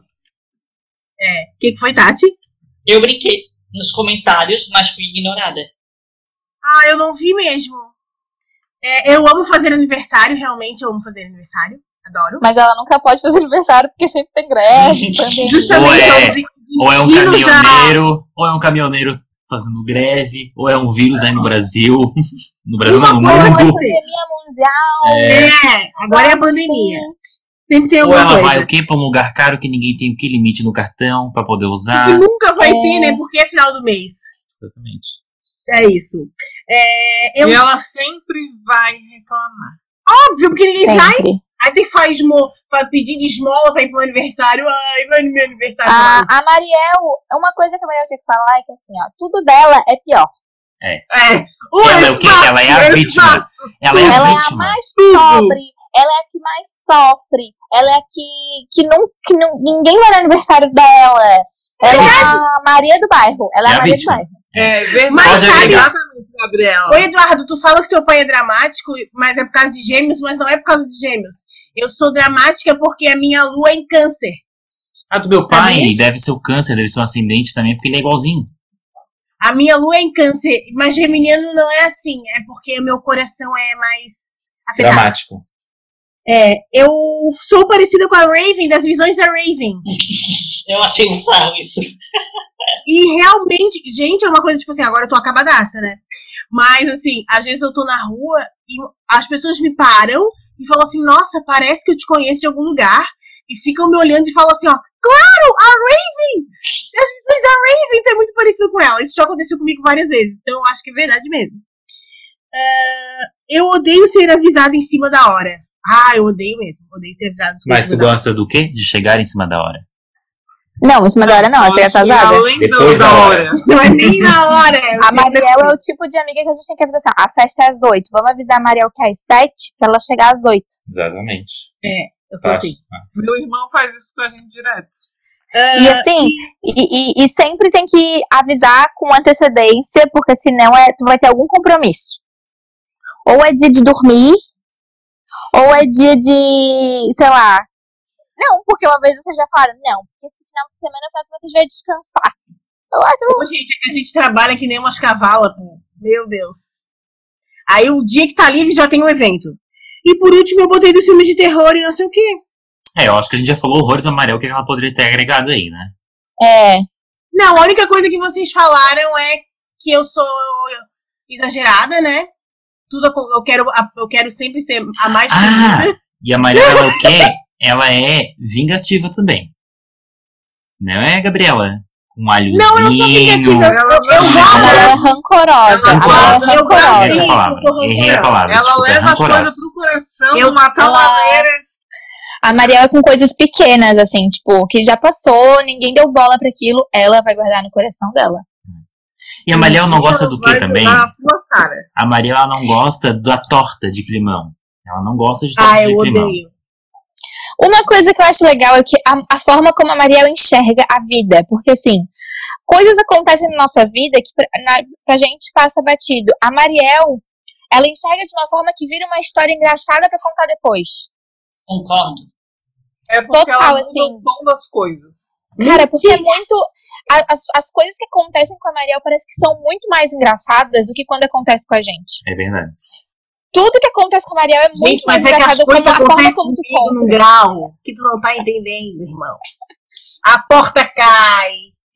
que foi, Tati? Eu brinquei nos comentários, mas fui ignorada. Eu não vi mesmo. Eu amo fazer aniversário, realmente eu amo fazer aniversário. Adoro. Mas ela nunca pode fazer aniversário porque sempre tem greve, pandemia. Justamente Ou é um destino já- caminhoneiro fazendo greve, ou é um vírus aí no Brasil. No Brasil não, no Uma coisa mundo. Pandemia mundial. Agora é a pandemia. Sempre tem Ou alguma ela vai coisa. o quê? Pra um lugar caro que ninguém tem o que limite no cartão pra poder Que usar. nunca vai ter, né? Porque é final do mês. Exatamente. É isso. Eu E ela sempre vai reclamar. óbvio, porque ninguém vai. Sempre. Aí tem que pedir de esmola pra ir pro meu aniversário. Ai, vai no meu aniversário. A Mariel, uma coisa que a Mariel tinha que falar é que assim, ó, tudo dela é pior. Ela é o quê? Ela é a vítima. Ela é a Ela é a vítima. mais pobre, ela é a que mais sofre, ela é a que ninguém vai no aniversário dela. Ela é a Maria do bairro. Ela é a É a Maria do vítima. bairro. É verdade. Mas Pode sabe, agregar. Exatamente, Gabriela. Ô, Eduardo, tu fala que teu pai é dramático, mas é por causa de gêmeos, mas não é por causa de gêmeos. Eu sou dramática porque a minha lua é em câncer. A do meu pai Sabe isso? deve ser o câncer, deve ser um ascendente também, porque ele é igualzinho. A minha lua é em câncer, mas geminiano não é assim. É porque o meu coração é mais afetada. Dramático. Eu sou parecida com a Raven, das visões da Raven. Eu achei um sarro isso. E realmente, gente, é uma coisa tipo assim, agora eu tô acabadaça, né? Mas assim, às vezes eu tô na rua e as pessoas me param e falam assim, nossa, parece que eu te conheço de algum lugar. E ficam me olhando e falam assim, ó, claro, a Raven! As visões da Raven, tu é muito parecido com ela. Isso já aconteceu comigo várias vezes, então eu acho que é verdade mesmo. Eu odeio ser avisada em cima da hora. Eu odeio mesmo. Odeio ser avisada em cima da hora. Mas tu gosta do quê? De chegar em cima da hora? Não, em cima da hora não, ela chega atrasada. Além Depois da da hora. Não é nem na hora. A Mariel é o tipo de amiga que a gente tem que avisar assim, a festa é às 8. Vamos avisar a Mariel que é às 7 pra ela chegar às 8. Exatamente. Eu sou assim. Meu irmão faz isso com a gente direto. E assim, e sempre tem que avisar com antecedência, porque senão tu vai ter algum compromisso. Ou é dia de dormir, ou é dia de, sei lá. Não, porque uma vez vocês já falaram, não, porque esse final de semana a gente vai descansar. Pô, gente, é que a gente trabalha que nem umas cavalas, pô. Meu Deus. Aí o dia que tá livre já tem um evento. E por último eu botei dos filmes de terror e não sei o quê. Eu acho que a gente já falou horrores amarelo, o que ela poderia ter agregado aí, né? Não, a única coisa que vocês falaram é que eu sou exagerada, né? Tudo eu quero sempre ser a mais fodida. E a Maria, ela é o quê? Ela é vingativa também. Não é, Gabriela? Um alhozinho. Não, eu não sou vingativa. Ela é rancorosa. Essa é a palavra. Errei a palavra. Ela Desculpa, leva as rancorosa. coisas pro coração, matar uma maneira. A Mariel é com coisas pequenas, assim, tipo, que já passou, ninguém deu bola pra aquilo, ela vai guardar no coração dela. E a Mariel não gosta do que Vai também? jogar na tua cara. A Mariel ela não gosta da torta de climão. Ela não gosta de torta de eu climão. odeio. Uma coisa que eu acho legal é que a forma como a Mariel enxerga a vida, porque assim, coisas acontecem na nossa vida que pra gente passa batido. A Mariel, ela enxerga de uma forma que vira uma história engraçada pra contar depois. Concordo. É porque Total, ela muda assim. o tom das coisas. Cara, porque é muito... As coisas que acontecem com a Mariel parece que são muito mais engraçadas do que quando acontece com a gente. É verdade. Tudo que acontece com a Mariel é muito Gente, mais mas é que as engraçado como coisas a forma acontecem como tu comigo num conta. grau que tu não tá entendendo, irmão. A porta cai.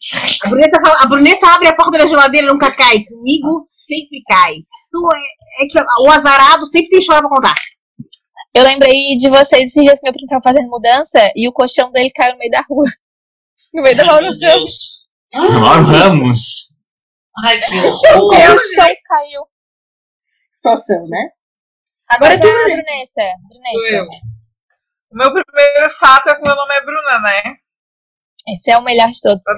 A Brunessa abre a porta da geladeira e nunca cai. Comigo sempre cai. Então, é que o azarado sempre tem história pra contar. Eu lembrei de vocês esses dias que meu primo tava fazendo mudança e o colchão dele caiu no meio da rua. No meio da rua, meu Deus. Mauro Ramos. Ai, que O horror. colchão caiu. Situação, né? Agora Agora tu. a Brunessa. Sou eu. O meu primeiro fato é que meu nome é Bruna, né? Esse é o melhor de todos.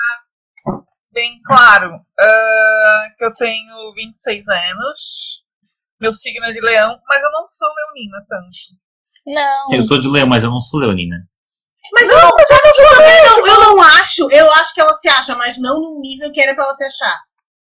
Bem claro que eu tenho 26 anos. Meu signo é de leão, mas eu não sou leonina tanto. Não. Eu sou de Leão, mas eu não sou leonina. Mas eu não acho. Eu acho que ela se acha, mas não no nível que era pra ela se achar.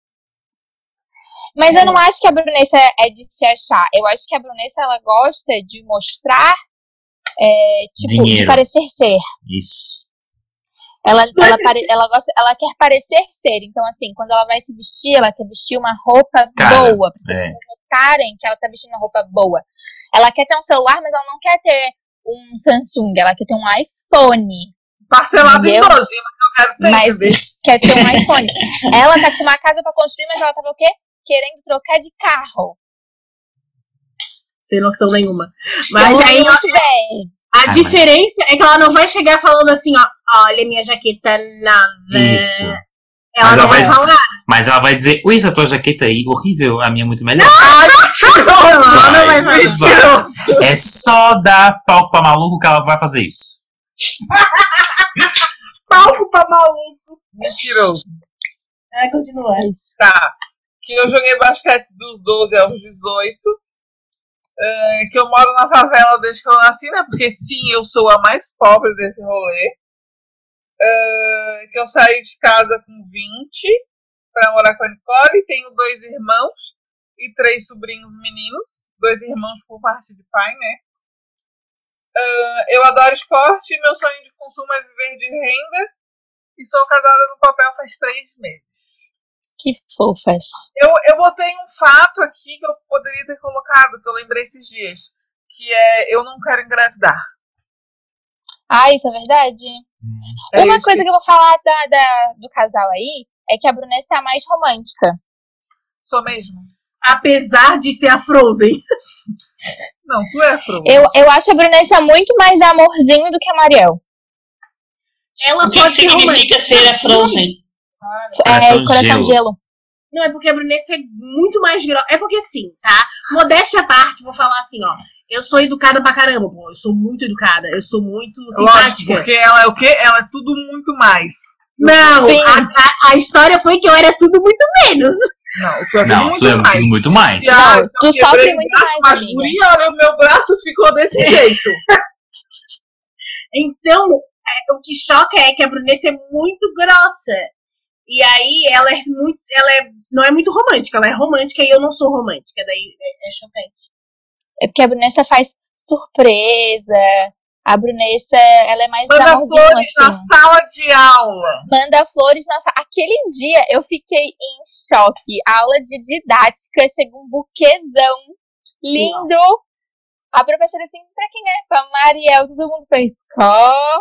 Mas eu não acho que a Brunessa é de se achar. Eu acho que a Brunessa, ela gosta de mostrar, tipo, de Dinheiro. parecer ser. Isso. Ela quer parecer ser. Então, assim, quando ela vai se vestir, ela quer vestir uma roupa Cara, boa. Pra vocês notarem que ela tá vestindo uma roupa boa. Ela quer ter um celular, mas ela não quer ter um Samsung. Ela quer ter um iPhone. Parcelado em Entendeu? 12, mas eu quero ter. Mas entendeu? quer ter um iPhone. Ela tá com uma casa pra construir, mas ela tava o quê? Querendo trocar de carro. Sem noção nenhuma. Mas Eu aí, lembro muito bem. a diferença é que ela não vai chegar falando assim, ó, olha minha jaqueta nova. Isso. Ela Mas não ela vai vai- falar. Mas ela vai dizer, ui, essa tua jaqueta aí, horrível, a minha é muito melhor. Ela não vai Vai. falar. É só dar palco pra maluco que ela vai fazer isso. Palco pra maluco. Mentiroso. Continua. Tá. Que eu joguei basquete dos 12 aos 18. Que eu moro na favela desde que eu nasci, né? Porque sim, eu sou a mais pobre desse rolê. Que eu saí de casa com 20 pra morar com a Nicole. Tenho 2 irmãos e 3 sobrinhos meninos. 2 irmãos por parte de pai, né? Eu adoro esporte e meu sonho de consumo é viver de renda. E sou casada no papel faz 3 meses. Que fofas. Eu botei um fato aqui que eu poderia ter colocado, que eu lembrei esses dias. Que é, eu não quero engravidar. Ah, isso é verdade. É Uma isso. coisa que eu vou falar do casal aí é que a Brunessa é a mais romântica. Sou mesmo? Apesar de ser a Frozen. Não, tu é Frozen. Eu acho a Brunessa muito mais amorzinho do que a Mariel. Ela O que pode ser significa romântica. ser a Frozen? Coração de Gelo. Não, é porque a Brunessa é muito mais grossa. É porque assim, tá? Modéstia à parte, vou falar assim, ó. Eu sou educada pra caramba, pô. Eu sou muito educada. Eu sou muito Lógico, simpática. porque ela é o quê? Ela é tudo muito mais. Não, Sim. a história foi que eu era tudo muito menos. Não, tu é tudo Não, muito tu é mais. tudo muito mais. E, ah, Não, só tu quebrei sofre o muito braço, mais, mas amiga. guria, olha, o meu braço ficou desse jeito. Então, o que choca é que a Brunessa é muito grossa. E aí, ela não é muito romântica. Ela é romântica e eu não sou romântica. Daí é chocante. É porque a Brunessa faz surpresa. A Brunessa, ela é mais Manda amorzinho, flores na assim. sala de aula. Manda flores, nossa. Aquele dia eu fiquei em choque. A aula de didática, chegou um buquezão lindo. A professora assim, pra quem é? Pra Mariel, todo mundo fez. Caralho!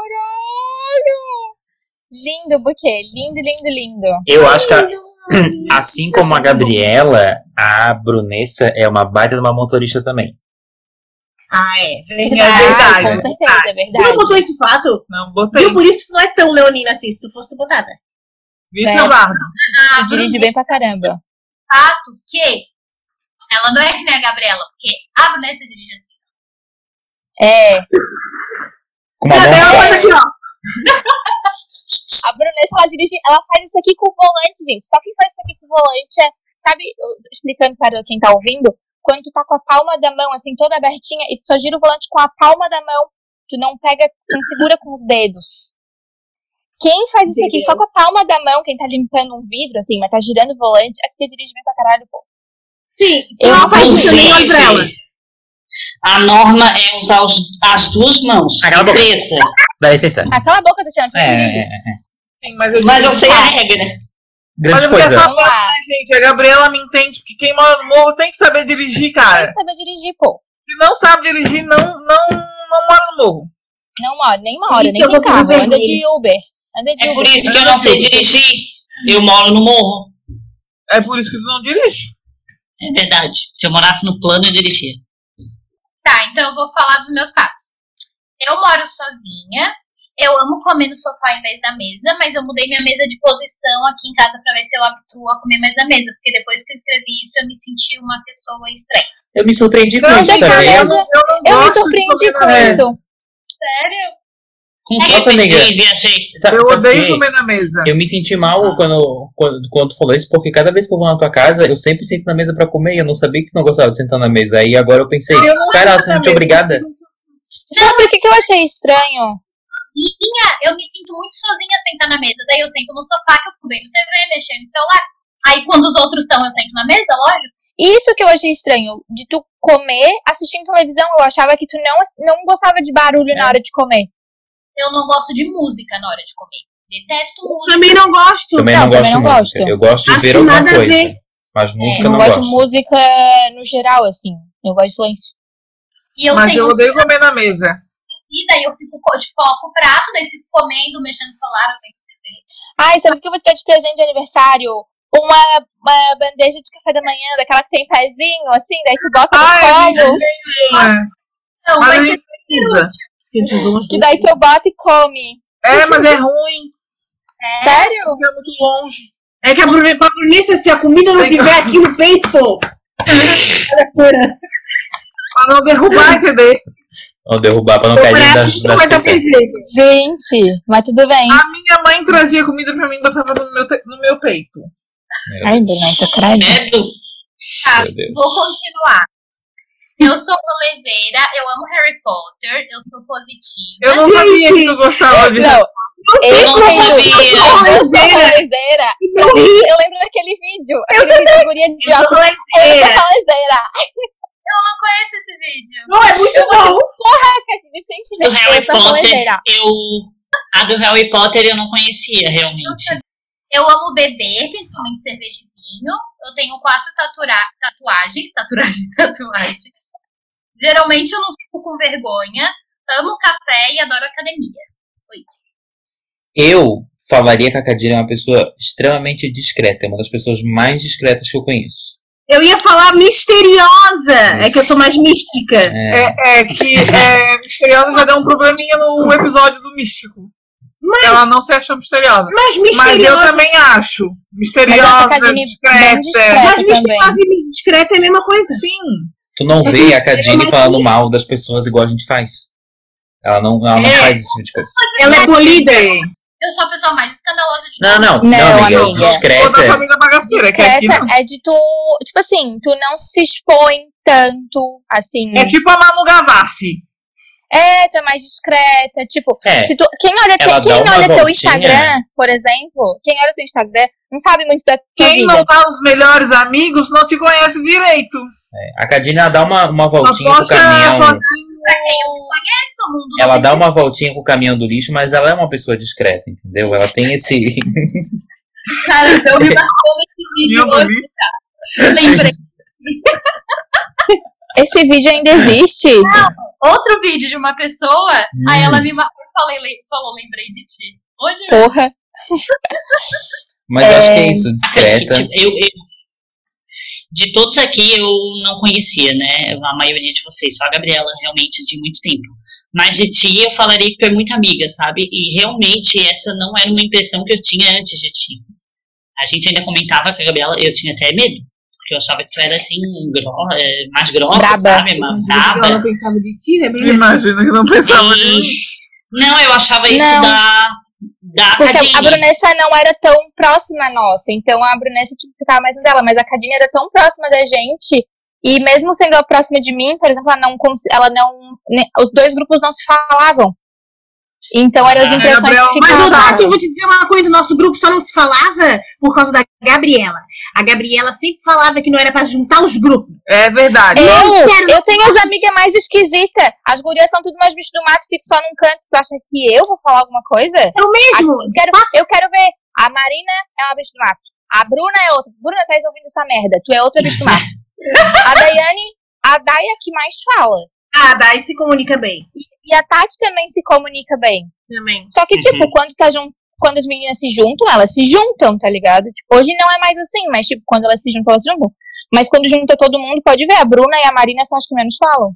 Lindo buquê, lindo, lindo, lindo. Eu acho que, assim como a Gabriela, a Brunessa é uma baita de uma motorista também. Ah, é. É Ah, verdade. com certeza, é Tu verdade. não botou esse fato? Não, botei. Viu? Por isso que tu não é tão leonina assim. Se tu fosse, tu botada. Vice É. Bardo. Tu dirige bem pra caramba. Fato que ela não é que nem a Gabriela, porque a Brunessa dirige assim. É. Com uma mão Ela só. faz aqui, ó. A Brunessa, ela dirige, ela faz isso aqui com o volante, gente. Só quem faz isso aqui com o volante é, sabe, explicando para quem tá ouvindo, quando tu tá com a palma da mão, assim, toda abertinha, e tu só gira o volante com a palma da mão, tu não pega, não segura com os dedos. Quem faz isso aqui só com a palma da mão, quem tá limpando um vidro, assim, mas tá girando o volante, é porque dirige bem pra caralho, pô. Sim. Eu Ela faz isso também, olha pra ela. A norma é usar as duas mãos. Cala a boca. Presa. Dá licença. Ah, cala a boca, Tatiana, tu dirige. Sim, mas eu Mas eu digo- sei a regra. Grande Mas eu quero coisa. só Vamos lá. falar, gente, a Gabriela me entende, porque quem mora no morro tem que saber dirigir, Tem cara. que saber dirigir, pô. Se não sabe dirigir, não mora no morro. Não mora, nem uma hora, nem Eu tem vou pro carro, anda vermelho. de Uber. Anda de É por Uber. isso que eu não sei dirigir. Eu moro no morro. É por isso que tu não dirige. É verdade. Se eu morasse no plano, eu dirigia. Tá, então eu vou falar dos meus fatos. Eu moro sozinha. Eu amo comer no sofá em vez da mesa, mas eu mudei minha mesa de posição aqui em casa pra ver se eu habituo a comer mais na mesa. Porque depois que eu escrevi isso, eu me senti uma pessoa estranha. Eu me surpreendi com Não, isso, gente, sabia? eu não Eu me gosto de surpreendi comer na com mesa. isso. Sério? Com que Nossa, eu pedi amiga. e viajei. Sabe, Eu sabe odeio por quê? comer na mesa. Eu me senti mal quando tu falou isso, porque cada vez que eu vou na tua casa, eu sempre sento na mesa pra comer. E eu não sabia que tu não gostava de sentar na mesa. Aí agora eu pensei, Eu não cara, ela sento se na sentiu mesa. obrigada. Sabe o que eu achei estranho? Sozinha, eu me sinto muito sozinha sentar na mesa. Daí eu sento no sofá, que eu fico vendo TV, mexendo no celular. Aí quando os outros estão, eu sento na mesa, lógico. Isso que eu achei estranho, de tu comer assistindo televisão. Eu achava que tu não gostava de barulho na hora de comer. Eu não gosto de música na hora de comer. Detesto música. Também não gosto. Também Não, não gosto de também não música. gosto. Eu gosto de Acho ver alguma nada a coisa. ver. Mas música Eu eu não não gosto gosto. de música no geral, assim. Eu gosto de silêncio. E eu Mas tenho eu odeio comer na mesa. e daí eu fico, tipo, coloco o prato, daí fico comendo, mexendo no celular, eu venho TV. Ai, sabe o que eu vou te dar de presente de aniversário? Uma bandeja de café da manhã, daquela que tem pezinho, assim, daí tu bota no Ai, colo, Então, Mas vai a ser gente precisa. que daí tu bota e come. É, mas é ruim. Sério? Porque é muito longe. É que a Brunessa, se a comida não tiver aqui no peito, pô. Pra não derrubar, entendeu? Ou derrubar pra não cair dentro das Vai dar tricas. perfeito. Gente, mas tudo bem. A minha mãe trazia comida pra mim e botava no meu peito. Ai, Donata, credo. Medo. Tá, Meu Deus. vou continuar. Eu sou rolezeira, eu amo Harry Potter, eu sou positiva. Eu não sabia que tu gostava de. Não, eu não sabia. sou rolezeira. Eu lembro daquele vídeo. Aquele vídeo de guria de óculos. Eu sou rolezeira. Eu não conheço esse vídeo. Não, é muito bom. Catine, tem que Do ver. Harry Eu sou Potter, rolezeira. a do Harry Potter eu não conhecia, realmente. Eu amo beber, principalmente cerveja e vinho. Eu tenho 4 tatuagens. Geralmente eu não fico com vergonha. Amo café e adoro academia. Foi isso. Eu falaria que a Cadine é uma pessoa extremamente discreta. É uma das pessoas mais discretas que eu conheço. Eu ia falar misteriosa. É que eu sou mais mística. Misteriosa já deu um probleminha no episódio do Místico. Ela não se achou misteriosa. Mas eu também acho. Misteriosa, discreta. Mas misteriosa e discreta é a mesma coisa. Sim. Tu não vê a Cadine falando mal das pessoas igual a gente faz. Ela não faz esse tipo de coisa. Ela é polida. Eu sou a pessoa mais escandalosa de Não, amiga. Toda a Discreta. família bagaceira. Discreta é de tu, tipo assim, tu não se expõe tanto, assim. É tipo a Manu Gavassi. Tu é mais discreta, tipo, se tu, quem Ela olha dá uma teu voltinha. Instagram, por exemplo, quem olha teu Instagram não sabe muito da tua Quem vida. não tá nos melhores amigos não te conhece direito. A Cadine ela dá uma voltinha com o Posta caminhão. fotinho. Conhece o mundo. Ela dá uma voltinha com o caminhão do lixo, mas ela é uma pessoa discreta, entendeu? Ela tem esse. Cara, eu me marcou nesse vídeo Meu hoje, Deus. cara. Lembrei. Esse vídeo ainda existe. Outro vídeo de uma pessoa, aí ela me marcou e falou, lembrei de ti. Hoje mesmo. Porra. Mas eu acho que é isso, discreta. De todos aqui eu não conhecia, né? A maioria de vocês, só a Gabriela realmente de muito tempo. Mas de ti eu falaria que tu é muito amiga, sabe? E realmente essa não era uma impressão que eu tinha antes de ti. A gente ainda comentava que a Gabriela, eu tinha até medo, porque eu achava que tu era assim, mais grossa, Braba. sabe? Mais braba. Eu não pensava de ti, né? Imagina que não pensava E... nisso. Não, eu achava isso Não. da Porque Cadine. a Brunessa não era tão próxima nossa, então a Brunessa tipo, ficava mais dela, mas a Cadine era tão próxima da gente, e mesmo sendo ela próxima de mim, por exemplo, os dois grupos não se falavam. Então eram as impressões Gabriela, que Mas, ficavam. Tati, eu vou te dizer uma coisa: nosso grupo só não se falava por causa da Gabriela. A Gabriela sempre falava que não era pra juntar os grupos. É verdade. Eu tenho as amigas mais esquisitas. As gurias são tudo mais bichos do mato, fico só num canto. Tu acha que eu vou falar alguma coisa? Eu mesmo. Eu quero ver. A Marina é uma bicho do mato. A Bruna é outra. Bruna, tá ouvindo essa merda. Tu é outra bicho do mato. A Dai é que mais fala. Ah, a Dai se comunica bem. E a Tati também se comunica bem. Também. Só que, tipo, quando as meninas se juntam, elas se juntam, tá ligado? Tipo, hoje não é mais assim, mas, tipo, quando elas se juntam, elas se juntam. Mas quando junta todo mundo, pode ver, a Bruna e a Marina são as que menos falam.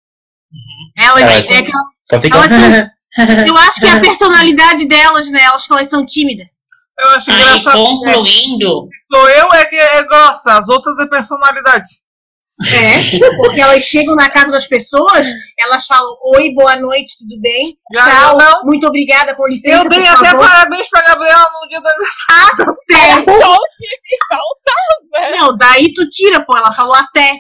Só fica. Eu acho que é a personalidade delas, né? Elas falam que são tímidas. Eu acho Aí, engraçado. concluindo, Sou eu que é grossa, as outras é personalidade. Porque elas chegam na casa das pessoas, elas falam: oi, boa noite, tudo bem? Já Tchau, não. muito obrigada, com licença. Eu dei por até favor. parabéns pra Gabriela no dia do aniversário. Só o que me faltava. Não, daí tu tira, pô, ela falou até.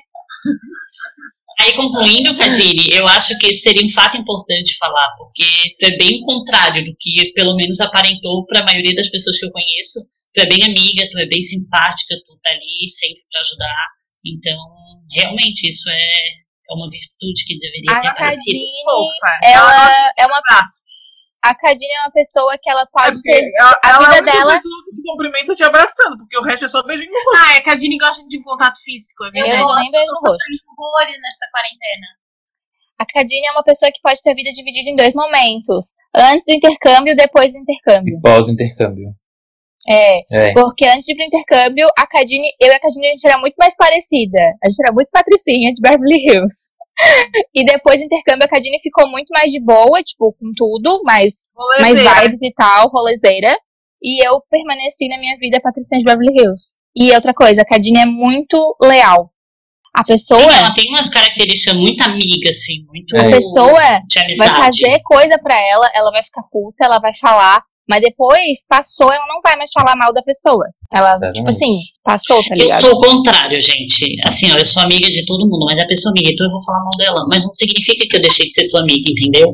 Aí, concluindo, Cadine, eu acho que esse seria um fato importante falar, porque tu é bem o contrário do que, pelo menos, aparentou para a maioria das pessoas que eu conheço. Tu é bem amiga, tu é bem simpática, tu tá ali sempre para ajudar. Então, realmente, isso é uma virtude que deveria ter A aparecido. Cadine, ela é uma... A Cadine é uma pessoa que ela pode ter... Ela A vida é dela... pessoa que te cumprimenta te abraçando, porque o resto é só beijinho no rosto. Ah, é que a Dini gosta de contato físico, é Eu verdade. não dou nem beijo no rosto. Horrores nessa quarentena. A Cadine é uma pessoa que pode ter a vida dividida em 2 momentos. Antes do intercâmbio e depois do intercâmbio. Pós-intercâmbio. Porque antes de ir pro intercâmbio, eu e a Cadine, a gente era muito mais parecida. A gente era muito patricinha de Beverly Hills. E depois do intercâmbio, a Cadine ficou muito mais de boa, tipo, com tudo, mais vibes e tal, rolezeira. E eu permaneci na minha vida patricinha de Beverly Hills. E outra coisa, a Cadine é muito leal. A pessoa... Ela tem umas características muito amiga, assim, muito A pessoa de amizade. vai fazer coisa pra ela vai ficar puta, ela vai falar, mas depois, passou, ela não vai mais falar mal da pessoa. Ela, tipo assim, passou, tá ligado? Eu sou o contrário, gente. Assim, ó, eu sou amiga de todo mundo, mas a pessoa amiga, então eu vou falar mal dela. Mas não significa que eu deixei de ser tua amiga, entendeu?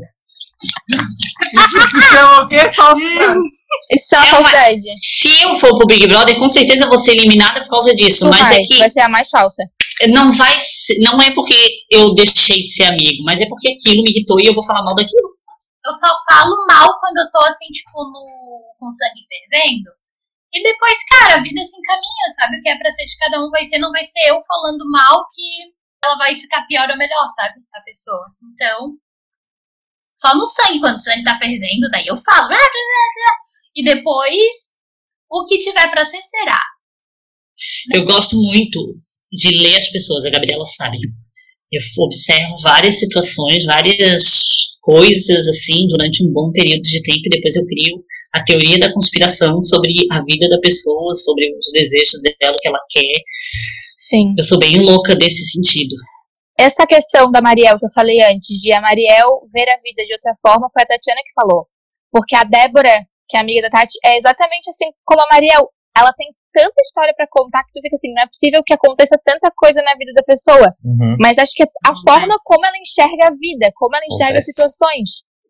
Isso se chama o quê? Falsidade. Isso é uma falsidade. Se eu for pro Big Brother, com certeza eu vou ser eliminada por causa disso. Tu mas vai, é que vai ser a mais falsa. não é porque eu deixei de ser amigo, mas é porque aquilo me irritou e eu vou falar mal daquilo. Eu só falo mal quando eu tô assim, tipo, com sangue fervendo. E depois, cara, a vida se encaminha, sabe? O que é pra ser de cada um vai ser, não vai ser eu falando mal que ela vai ficar pior ou melhor, sabe? A pessoa. Então, só no sangue, quando o sangue tá fervendo, daí eu falo. E depois, o que tiver pra ser, será. Eu gosto muito de ler as pessoas, a Gabriela sabe. Eu observo várias situações, várias coisas, assim, durante um bom período de tempo, e depois eu crio a teoria da conspiração sobre a vida da pessoa, sobre os desejos dela, o que ela quer. Sim. Eu sou bem louca desse sentido. Essa questão da Mariel que eu falei antes, de a Mariel ver a vida de outra forma, foi a Tatiana que falou. Porque a Débora, que é amiga da Tati, é exatamente assim como a Mariel. Ela tem tanta história pra contar que tu fica assim, não é possível que aconteça tanta coisa na vida da pessoa. Mas acho que é a forma como ela enxerga a vida, como ela enxerga as situações.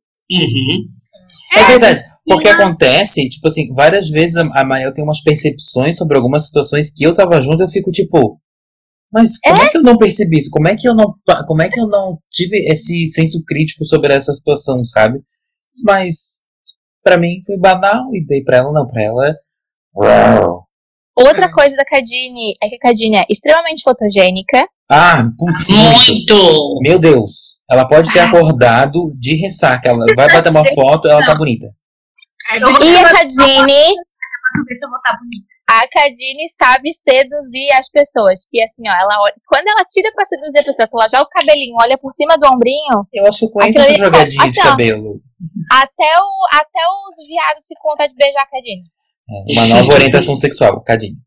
É verdade, porque acontece, tipo assim, várias vezes a Mariel tem umas percepções sobre algumas situações que eu tava junto, eu fico tipo, mas como é que eu não percebi isso? Como é que eu não tive esse senso crítico sobre essa situação, sabe? Mas pra mim foi banal, e daí pra ela não, pra ela Outra coisa da Cadine é que a Cadine é extremamente fotogênica. Putz, muito! Meu Deus, ela pode ter acordado de ressaca, ela vai bater uma foto, ela tá bonita. E a Cadine, Pra ver se eu vou estar bonita. a Cadine sabe seduzir as pessoas. Que assim, ó, ela olha, quando ela tira pra seduzir a pessoa, que ela joga o cabelinho, olha por cima do ombrinho. Eu acho que eu conheço essa jogadinha de cabelo. Até os viados ficam com vontade de beijar a Cadine. Uma nova orientação sexual, Cadine.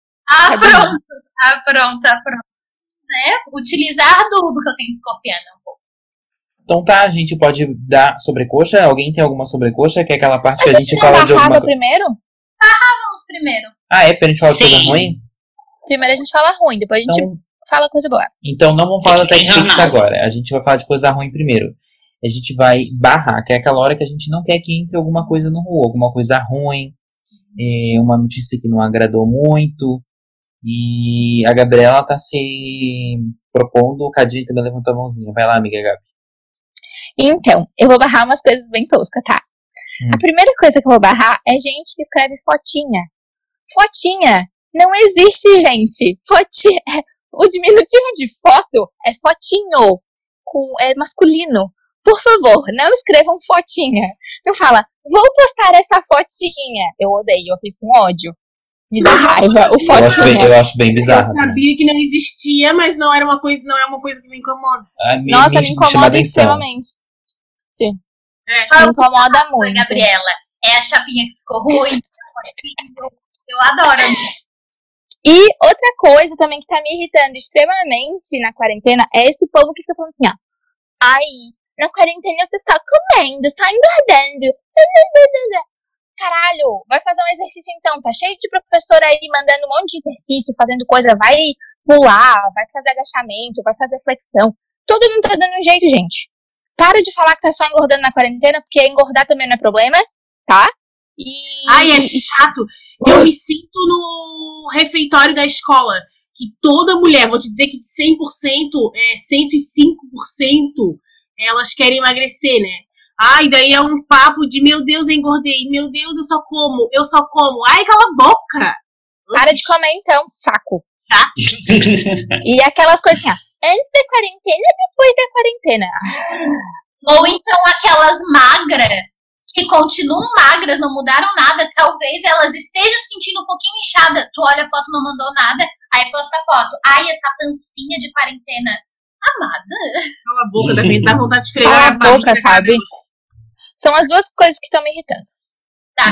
Pronto. Né? Utilizar do que eu tenho de escorpiana um pouco. Então tá, a gente pode dar sobrecoxa? Alguém tem alguma sobrecoxa? Que é aquela parte que a gente não fala de alguma coisa. primeiro? Vamos primeiro. Pra gente falar de coisa ruim? Primeiro a gente fala ruim, depois a gente fala coisa boa. Então não vamos falar da TechPix agora. A gente vai falar de coisa ruim primeiro. A gente vai barrar, que é aquela hora que a gente não quer que entre alguma coisa no rua, alguma coisa ruim, uma notícia que não agradou muito. E a Gabriela tá se propondo, o Cadinho também levantou a mãozinha. Vai lá, amiga Gabi. Então, eu vou barrar umas coisas bem toscas, tá? A primeira coisa que eu vou barrar é gente que escreve fotinha. Fotinha não existe, gente. Fotinha. O diminutivo de foto é fotinho. É masculino. Por favor, não escrevam fotinha. Não fala, vou postar essa fotinha. Eu odeio, eu fico com ódio. Me dá raiva, o fotinha. Eu acho bem bizarro. Eu sabia que não existia, mas não é uma coisa que me incomoda. Nossa, me incomoda extremamente. Me incomoda muito. Gabriela, é a chapinha que ficou ruim. Eu adoro. E outra coisa também que tá me irritando extremamente na quarentena é esse povo que fica falando assim, ó. Ai, na quarentena eu tô só comendo, só engordando. Caralho, vai fazer um exercício então. Tá cheio de professor aí mandando um monte de exercício, fazendo coisa. Vai pular, vai fazer agachamento, vai fazer flexão. Todo mundo tá dando um jeito, gente. Para de falar que tá só engordando na quarentena, porque engordar também não é problema, tá? Ai, é chato. Eu me sinto no refeitório da escola. Que toda mulher, vou te dizer que de 100%, 105% elas querem emagrecer, né? Ai, daí é um papo de, meu Deus, eu engordei. Meu Deus, eu só como. Ai, cala a boca. Para de comer então, saco. Tá? E aquelas coisas assim, antes da quarentena, depois da quarentena. Ou então aquelas magras, que continuam magras, não mudaram nada. Talvez elas estejam sentindo um pouquinho inchada. Tu olha a foto, não mandou nada. Aí posta a foto. Ai, essa pancinha de quarentena. Amada. Cala a boca, dá vontade de esfregar Cala a boca, sabe? São as duas coisas que estão me irritando. Tá,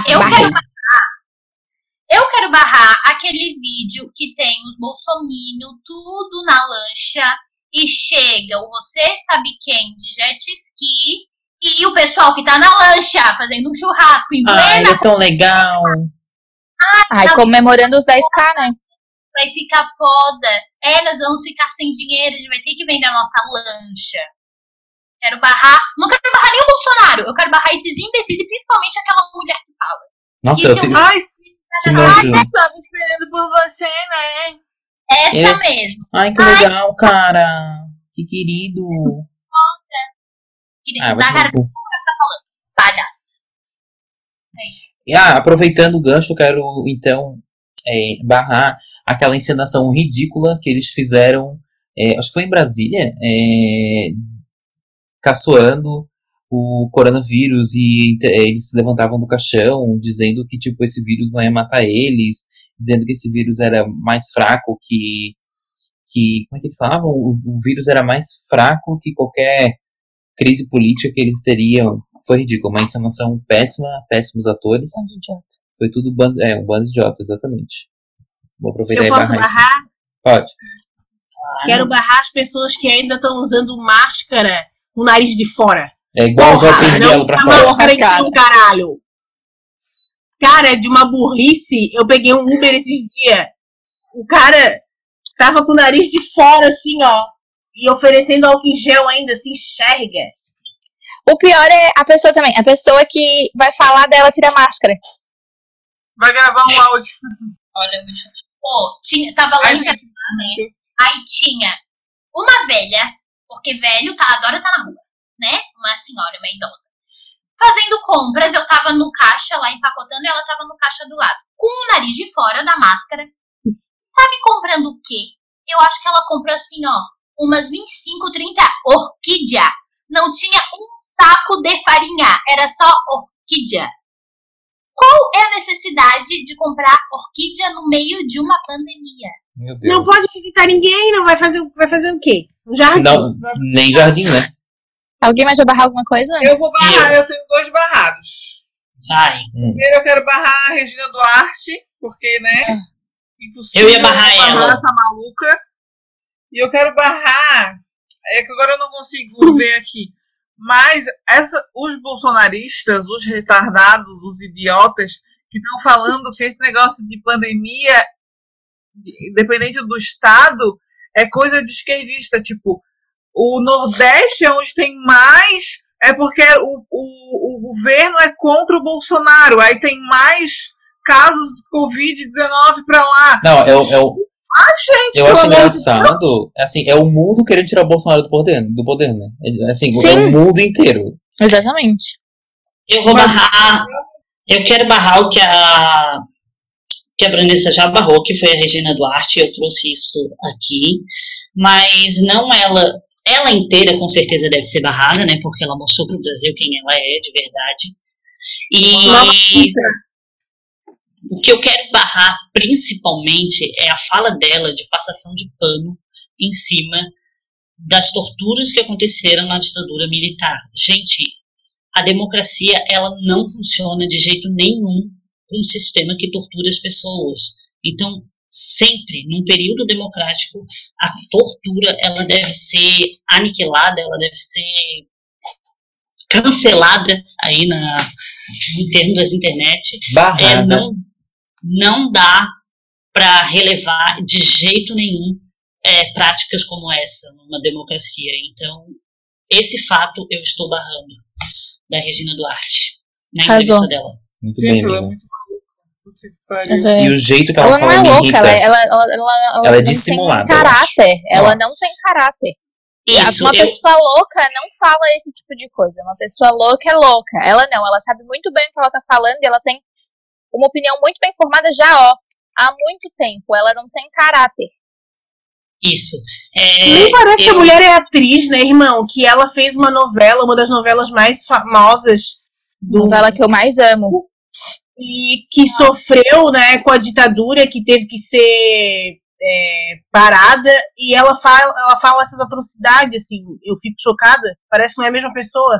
eu quero barrar aquele vídeo que tem os bolsominion tudo na lancha e chega o você sabe quem de jet ski e o pessoal que tá na lancha fazendo um churrasco em plena... é tão legal. Ai, comemorando os 10k, né? Vai ficar foda. Nós vamos ficar sem dinheiro, a gente vai ter que vender a nossa lancha. Quero barrar... Não quero barrar nem o Bolsonaro. Eu quero barrar esses imbecis e principalmente aquela mulher que fala. Nossa, eu tenho... Ai, sim. Que nojo. Eu estava esperando por você, né? Essa mesmo. Ai, que legal, cara. Que querido. Querida, na cara do que tá falando. Palhaço. Aproveitando o gancho, eu quero, então, barrar aquela encenação ridícula que eles fizeram, acho que foi em Brasília, caçoando o coronavírus e eles se levantavam do caixão dizendo que tipo esse vírus não ia matar eles, dizendo que esse vírus era mais fraco que como é que eles falavam? O vírus era mais fraco que qualquer crise política que eles teriam. Foi ridículo, uma encenação péssima, péssimos atores. Foi tudo um bando de idiota, exatamente. Vou aproveitar Eu e posso barrar isso. barrar? Pode. Quero barrar as pessoas que ainda estão usando máscara com o nariz de fora. É igual os óculos não, dela pra a fora. máscara então, caralho. Cara, de uma burrice, eu peguei um Uber esses dias. O cara tava com o nariz de fora, assim, ó. E oferecendo álcool em gel ainda, se enxerga. O pior é a pessoa também. A pessoa que vai falar dela tira a máscara. Vai gravar um áudio. Olha, tava lá em Jacumã, né? Aí tinha uma velha, porque velho adora estar na rua, né? Uma senhora, uma idosa. Fazendo compras, eu tava no caixa lá empacotando e ela tava no caixa do lado. Com o nariz de fora da máscara. Sabe comprando o quê? Eu acho que ela comprou assim, ó, umas 25, 30 orquídea. Não tinha um saco de farinha, era só orquídea. Qual é a necessidade de comprar orquídea no meio de uma pandemia? Meu Deus. Não pode visitar ninguém, não vai fazer o quê? Um jardim? Não, nem jardim, né? Alguém mais vai barrar alguma coisa? Eu vou barrar, eu tenho 2 barrados. Vai. Primeiro eu quero barrar a Regina Duarte, porque, né? Impossível Eu ia barrar ela. essa maluca. E eu quero barrar. É que agora eu não consigo ver aqui. Mas os bolsonaristas, os retardados, os idiotas que estão falando que esse negócio de pandemia, independente do estado, é coisa de esquerdista. Tipo, o Nordeste é onde tem mais, é porque o governo é contra o Bolsonaro. Aí tem mais casos de Covid-19 pra lá. Não, Gente, eu acho engraçado, assim, é o mundo querendo tirar o Bolsonaro do poder, né? Assim, Sim. é o mundo inteiro. Exatamente. Eu vou barrar. Eu quero barrar o que a Vanessa já barrou, que foi a Regina Duarte. Eu trouxe isso aqui. Mas não ela. Ela inteira, com certeza, deve ser barrada, né? Porque ela mostrou pro Brasil quem ela é, de verdade. E o que eu quero barrar, principalmente, é a fala dela de passação de pano em cima das torturas que aconteceram na ditadura militar. Gente, a democracia, ela não funciona de jeito nenhum com um sistema que tortura as pessoas. Então, sempre, num período democrático, a tortura, ela deve ser aniquilada, ela deve ser cancelada aí em termos das internet. Barrada. Não dá para relevar de jeito nenhum práticas como essa numa democracia. Então, esse fato eu estou barrando da Regina Duarte na entrevista dela. Muito bem, ela é amiga. muito maluca. E o jeito que ela Ela não fala é me louca, irrita. ela é não dissimulada, tem eu caráter. acho. Ela não tem caráter. Uma pessoa louca não fala esse tipo de coisa. Uma pessoa louca é louca. Ela não, ela sabe muito bem o que ela tá falando e ela tem uma opinião muito bem formada já, há muito tempo. Ela não tem caráter. Isso. Nem parece que a mulher é atriz, né, irmão? Que ela fez uma novela, uma das novelas mais famosas. Novela que eu mais amo. E que sofreu, né, com a ditadura, que teve que ser parada. E ela fala essas atrocidades, assim. Eu fico chocada. Parece que não é a mesma pessoa.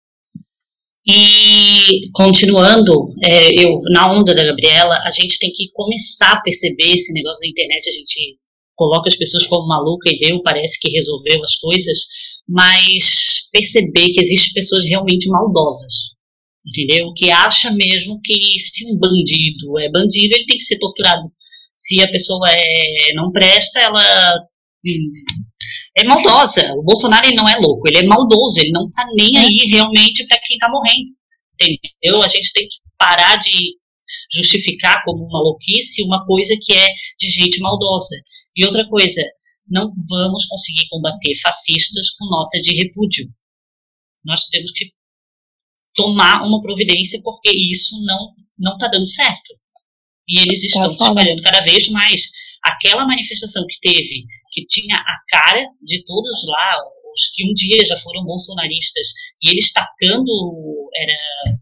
E, continuando, na onda da Gabriela, a gente tem que começar a perceber esse negócio da internet. A gente coloca as pessoas como maluca e parece que resolveu as coisas, mas perceber que existem pessoas realmente maldosas, entendeu? Que acha mesmo que se um bandido é bandido, ele tem que ser torturado. Se a pessoa não presta, ela é maldosa. O Bolsonaro, ele não é louco, ele é maldoso, ele não tá nem aí realmente para quem tá morrendo, entendeu? A gente tem que parar de justificar como maluquice uma coisa que é de gente maldosa. E outra coisa, não vamos conseguir combater fascistas com nota de repúdio. Nós temos que tomar uma providência, porque isso não está dando certo. E eles estão se espalhando cada vez mais. Aquela manifestação que teve, que tinha a cara de todos lá, os que um dia já foram bolsonaristas, e eles tacando, era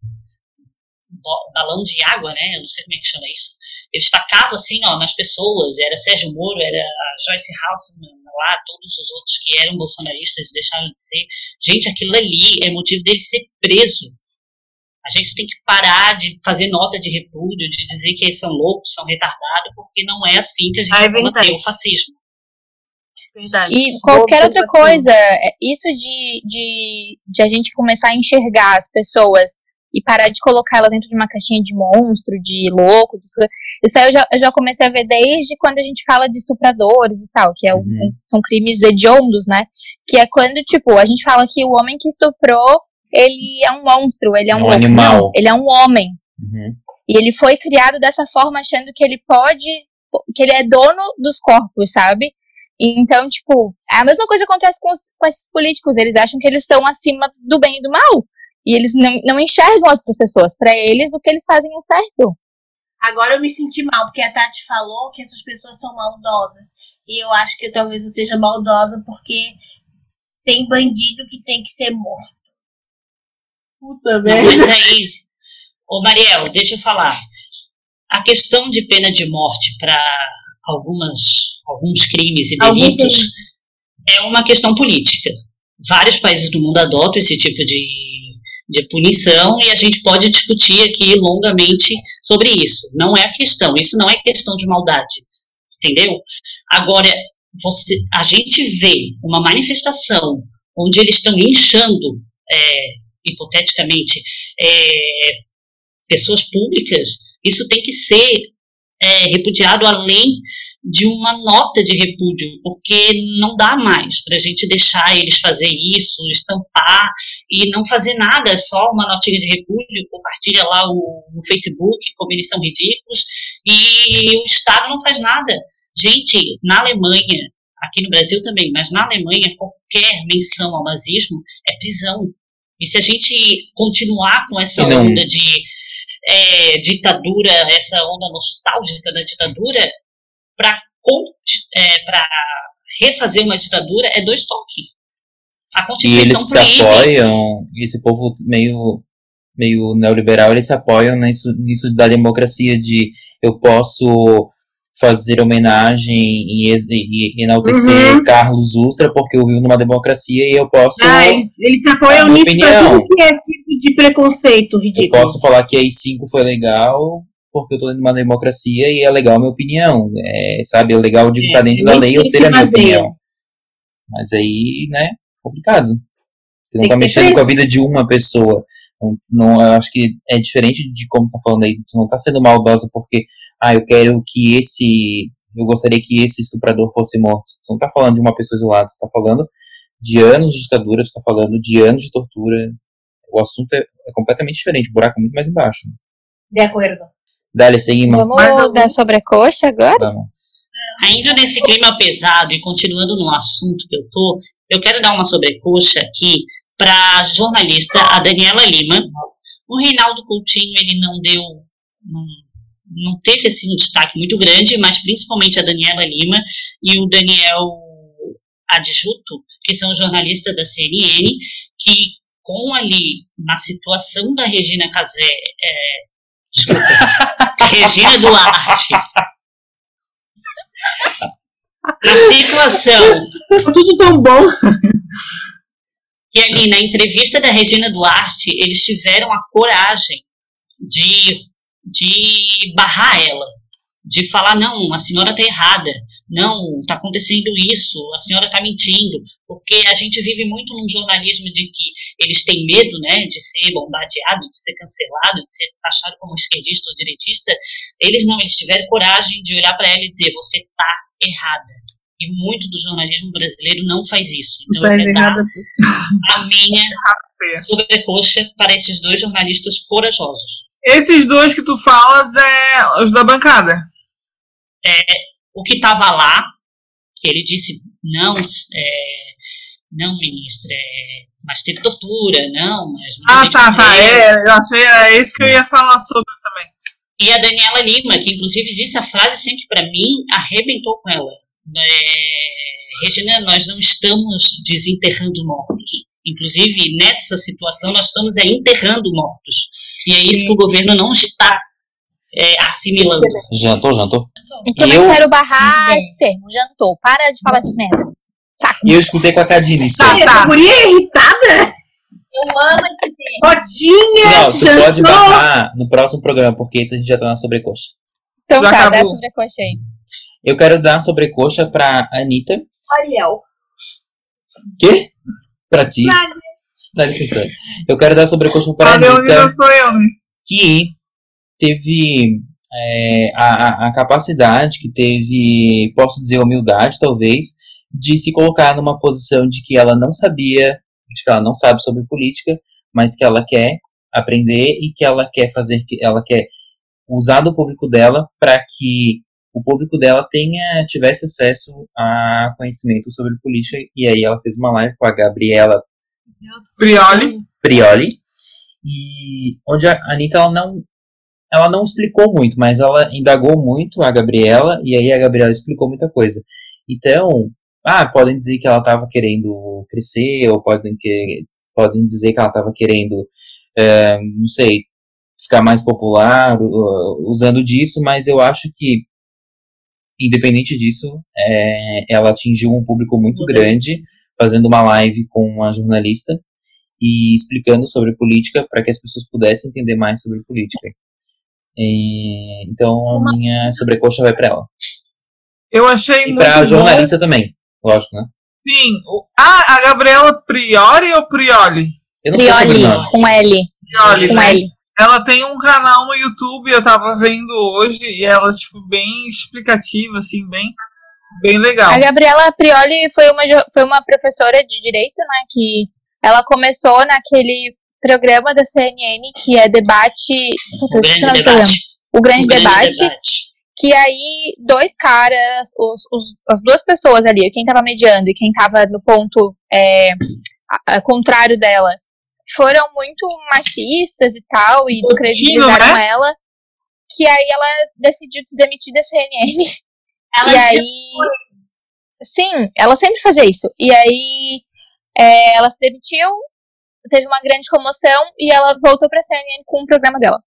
balão de água, né? Eu não sei como é que chama isso. Eles tacavam assim, nas pessoas. Era Sérgio Moro, era a Joyce Hasselmann lá, todos os outros que eram bolsonaristas e deixaram de ser. Gente, aquilo ali é motivo dele ser preso. A gente tem que parar de fazer nota de repúdio, de dizer que eles são loucos, são retardados, porque não é assim que a gente vai combater o fascismo. Verdade. E qualquer outra coisa, isso de a gente começar a enxergar as pessoas e parar de colocar elas dentro de uma caixinha de monstro, de louco, isso aí eu já comecei a ver desde quando a gente fala de estupradores e tal, que são crimes hediondos, né? Que é quando, tipo, a gente fala que o homem que estuprou, ele é um monstro, ele é um animal. Não, ele é um homem. E ele foi criado dessa forma, achando que ele é dono dos corpos, sabe? Então, tipo, a mesma coisa acontece com esses políticos. Eles acham que eles estão acima do bem e do mal. E eles não enxergam as outras pessoas. Pra eles, o que eles fazem é certo. Agora eu me senti mal, porque a Tati falou que essas pessoas são maldosas. E eu acho que talvez eu seja maldosa porque tem bandido que tem que ser morto. Puta merda. Mas aí, Mariel, deixa eu falar. A questão de pena de morte para alguns crimes e delitos é uma questão política. Vários países do mundo adotam esse tipo de punição e a gente pode discutir aqui longamente sobre isso. Não é a questão, isso não é questão de maldade, entendeu? Agora, a gente vê uma manifestação onde eles estão linchando, hipoteticamente, pessoas públicas, isso tem que ser repudiado além de uma nota de repúdio, porque não dá mais para a gente deixar eles fazer isso, estampar e não fazer nada, só uma notinha de repúdio, compartilha lá no Facebook como eles são ridículos, e o Estado não faz nada. Gente, na Alemanha, aqui no Brasil também, mas na Alemanha qualquer menção ao nazismo é prisão. E se a gente continuar com essa onda de ditadura, essa onda nostálgica da ditadura, para refazer uma ditadura é 2 toques. A Constituição e eles se apoiam, esse povo meio neoliberal, eles se apoiam nisso da democracia, de eu posso fazer homenagem e enaltecer Carlos Ustra porque eu vivo numa democracia e eu posso... eles se apoiam nisso pra tudo que é tipo de preconceito ridículo. Eu posso falar que a AI-5 foi legal porque eu tô dentro de uma democracia e é legal a minha opinião. Sabe, é legal de estar dentro da lei eu ter a minha opinião. Mas aí, né, complicado. Você não tá mexendo com a vida de uma pessoa. Não, eu acho que é diferente de como tá falando aí. Tu não tá sendo maldosa porque eu gostaria que esse estuprador fosse morto. Tu não tá falando de uma pessoa isolada, tu tá falando de anos de ditadura, tu tá falando de anos de tortura. O assunto é completamente diferente, o buraco é muito mais embaixo. De acordo. Dá-lhe, seguimos. Vamos dar sobrecoxa agora? Vamos. Ainda nesse clima pesado e continuando no assunto que eu quero dar uma sobrecoxa aqui para a jornalista, a Daniela Lima. O Reinaldo Coutinho, ele não teve assim um destaque muito grande, mas principalmente a Daniela Lima e o Daniel Adjuto, que são jornalistas da CNN, que com ali, na situação da Regina Casé, Regina Duarte, na situação... Tudo tão bom... E ali, na entrevista da Regina Duarte, eles tiveram a coragem de barrar ela, de falar, não, a senhora está errada, não, está acontecendo isso, a senhora está mentindo, porque a gente vive muito num jornalismo de que eles têm medo, né, de ser bombardeado, de ser cancelado, de ser taxado como esquerdista ou direitista. Eles tiveram coragem de olhar para ela e dizer, você está errada. E muito do jornalismo brasileiro não faz isso. Então eu quero dar a minha sobrecoxa para esses 2 jornalistas corajosos. Esses 2 que tu falas é os da bancada? O que estava lá, ele disse, não, ministra, mas teve tortura, não, mas... Eu achei, é isso que eu ia falar sobre também. E a Daniela Lima, que inclusive disse a frase sempre pra mim, arrebentou com ela. Regina, nós não estamos desenterrando mortos. Inclusive, nessa situação, nós estamos enterrando mortos. E é isso que o governo não está assimilando. Jantou. E também quero barrar esse termo, jantou. Para de falar essas merda. Saco. E eu escutei com a Cadine isso. A guria irritada? Eu amo esse tema. Rodinha, Não, tu pode barrar no próximo programa, porque esse a gente já tá na sobrecoxa. Então Já tá, acabou. dá sobrecoxa aí. Eu quero dar sobrecoxa pra Anitta. Ariel. Quê? Pra ti? Dá licença. Eu quero dar sobrecoxa pra A Leonida Anitta, sou eu, né? que teve a capacidade, que teve, posso dizer, humildade, talvez, de se colocar numa posição de que ela não sabia, de que ela não sabe sobre política, mas que ela quer aprender e que ela quer fazer, que ela quer usar do público dela para que o público dela tivesse acesso a conhecimento sobre política. E aí ela fez uma live com a Gabriela Prioli, e onde a Anitta ela não explicou muito, mas ela indagou muito a Gabriela, e aí a Gabriela explicou muita coisa. Então, podem dizer que ela estava querendo crescer, ou podem dizer que ela estava querendo, não sei, ficar mais popular, usando disso, mas eu acho que, independente disso, ela atingiu um público muito grande, fazendo uma live com uma jornalista e explicando sobre política para que as pessoas pudessem entender mais sobre política. Então a minha sobrecoxa vai para ela. Eu achei E muito para a bom. jornalista também, lógico, né? Sim. A Gabriela Priori ou Prioli? Eu não sei o Prioli, sobrenome. com L. Prioli, Com né? L. Ela tem um canal no YouTube, eu tava vendo hoje, e ela, tipo, bem explicativa, assim, bem legal. A Gabriela Prioli foi uma professora de direito, né? Que ela começou naquele programa da CNN que é debate. Puta, esqueci o nome do programa. O Grande Debate. Que aí, dois caras, as duas pessoas ali, quem tava mediando e quem tava no ponto contrário dela, foram muito machistas e tal, e descredibilizaram ela, que aí ela decidiu se demitir da CNN. Sim, ela sempre fazia isso. E aí, ela se demitiu, teve uma grande comoção, e ela voltou pra CNN com o programa dela.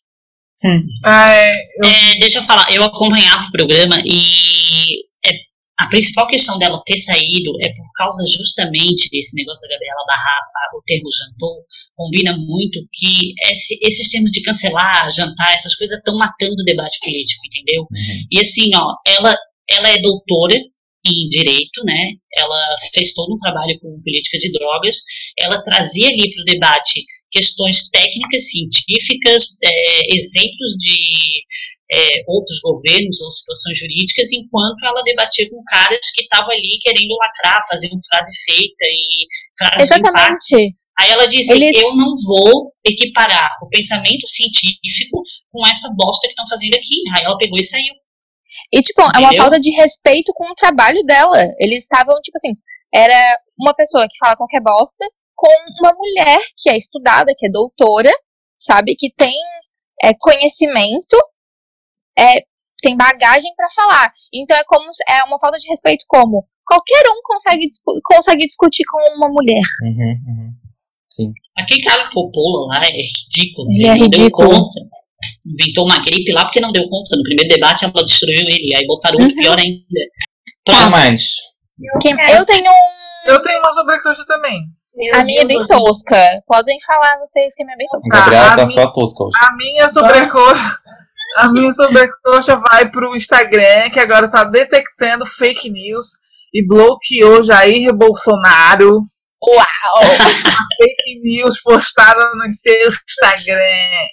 Deixa eu falar, eu acompanhava o programa e a principal questão dela ter saído é por causa justamente desse negócio da Gabriela barrar o termo jantou. Combina muito que esses termos de cancelar, jantar, essas coisas estão matando o debate político, entendeu? Uhum. E assim, ela é doutora em direito, né? Ela fez todo um trabalho com política de drogas. Ela trazia ali para o debate questões técnicas, científicas, exemplos de outros governos ou situações jurídicas, enquanto ela debatia com caras que estavam ali querendo lacrar, fazer uma frase feita e frase de impacto. Aí ela disse, eu não vou equiparar o pensamento científico com essa bosta que estão fazendo aqui. Aí ela pegou e saiu. E, tipo, é uma falta de respeito com o trabalho dela. Eles estavam, tipo assim, era uma pessoa que fala qualquer bosta com uma mulher que é estudada, que é doutora, sabe? Que tem conhecimento, tem bagagem pra falar. Então é uma falta de respeito como qualquer um consegue discutir com uma mulher. Uhum. Sim. Aquele cara Popola lá é ridículo. Ele é ridículo. Deu conta. Inventou uma gripe lá porque não deu conta. No primeiro debate ela destruiu ele. Aí botaram outro pior ainda. Mais. Eu tenho uma sobrecoxa também. A minha é bem tosca. Podem falar vocês que a minha é bem tosca. A Gabriela tá só tosca hoje. A minha sobrecoxa vai pro Instagram, que agora tá detectando fake news e bloqueou Jair Bolsonaro. Uau! Fake news postada no seu Instagram.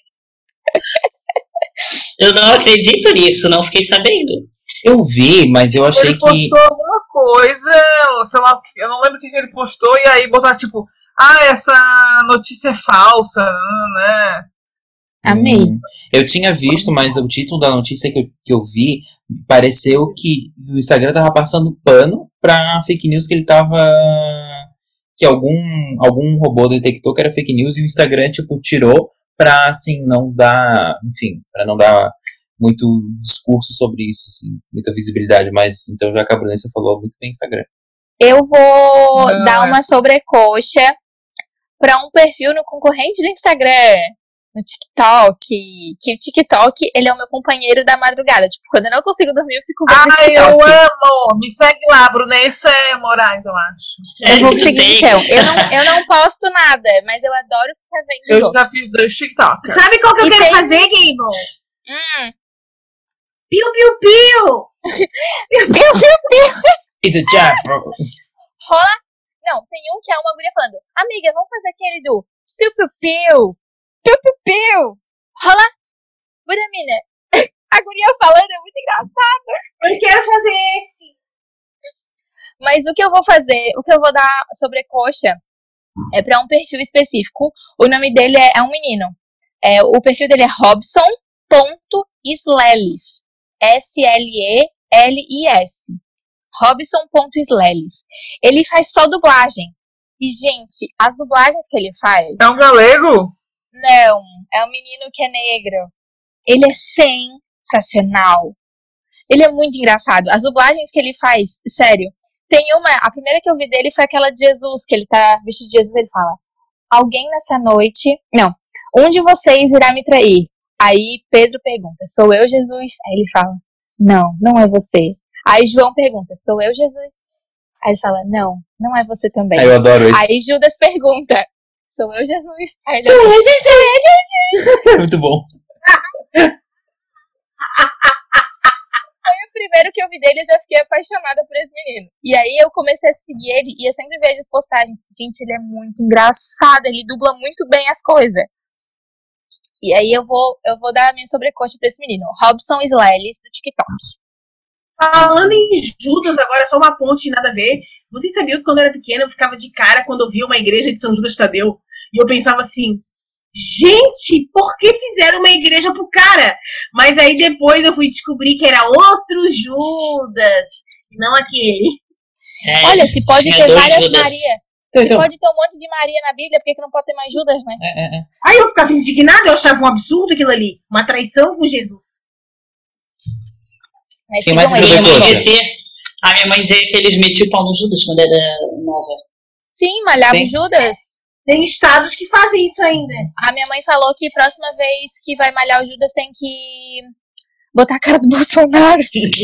Eu não acredito nisso, não fiquei sabendo. Eu vi, mas eu achei que... Ele postou alguma coisa, sei lá, eu não lembro o que ele postou, e aí botar tipo, essa notícia é falsa, né? Amei. Eu tinha visto, mas o título da notícia que eu vi, pareceu que o Instagram tava passando pano pra fake news que ele tava que algum robô detectou que era fake news e o Instagram, tipo, tirou pra, assim, não dar, enfim, pra não dar muito discurso sobre isso, assim, muita visibilidade, mas então já que a Brunessa falou muito bem Instagram. Eu vou dar uma sobrecoxa pra um perfil no concorrente do Instagram, no TikTok, que o TikTok, ele é o meu companheiro da madrugada. Tipo, quando eu não consigo dormir, eu fico vendo TikTok. Eu amo! Me segue lá, Brunessa Moraes, eu acho. Eu vou seguir, então. Eu não posto nada, mas eu adoro ficar vendo os Eu outros. já fiz 2 TikToks. Sabe qual que eu E quero tem- fazer, Gable? Piu, piu, piu! Isso, tchau! Rola? Não, tem um que é uma guria falando: amiga, vamos fazer aquele do piu, piu, piu. Piu, piu, piu. Rola? Guria, mina. A guria falando é muito engraçado. Eu quero fazer esse. Mas o que eu vou fazer, o que eu vou dar sobrecoxa é pra um perfil específico. O nome dele é um menino. O perfil dele é Robson.Slelis. S-L-E-L-I-S. Robson.Slelis. Ele faz só dublagem. E, gente, as dublagens que ele faz... É um galego? Não, é um menino que é negro. Ele é sensacional. Ele é muito engraçado. As dublagens que ele faz, sério. Tem uma, a primeira que eu vi dele foi aquela de Jesus, que ele tá vestido de Jesus, ele fala: alguém nessa noite... Não, um de vocês irá me trair. Aí Pedro pergunta: sou eu, Jesus? Aí ele fala: não, não é você. Aí João pergunta: sou eu, Jesus? Aí ele fala: não, não é você também. Eu adoro isso. Aí Judas pergunta: sou eu, Jesus? Aí ele Sou fala: eu, Jesus! Muito bom. foi o primeiro que eu vi dele, eu já fiquei apaixonada por esse menino. E aí eu comecei a seguir ele e eu sempre vejo as postagens. Gente, ele é muito engraçado, ele dubla muito bem as coisas. E aí eu vou dar a minha sobrecoxa pra esse menino, Robson Slelis, do TikTok. Falando em Judas, agora só uma ponte, nada a ver. Vocês sabiam que quando eu era pequena eu ficava de cara quando eu via uma igreja de São Judas Tadeu? E eu pensava assim: gente, por que fizeram uma igreja pro cara? Mas aí depois eu fui descobrir que era outro Judas, e não aquele. Olha, se pode tinha ter dois várias Judas. Maria. Então, Se pode ter um monte de Maria na Bíblia, por que não pode ter mais Judas, né? Aí eu ficava indignada, eu achava um absurdo aquilo ali. Uma traição com Jesus. Mas Quem sigam mais ele. Minha mãe Sobrecoxa. dizia, a minha mãe dizia que eles metiam o pau no Judas quando era nova. Sim, malhava Tem- o Judas. Tem estados que fazem isso ainda. A minha mãe falou que próxima vez que vai malhar o Judas tem que botar a cara do Bolsonaro.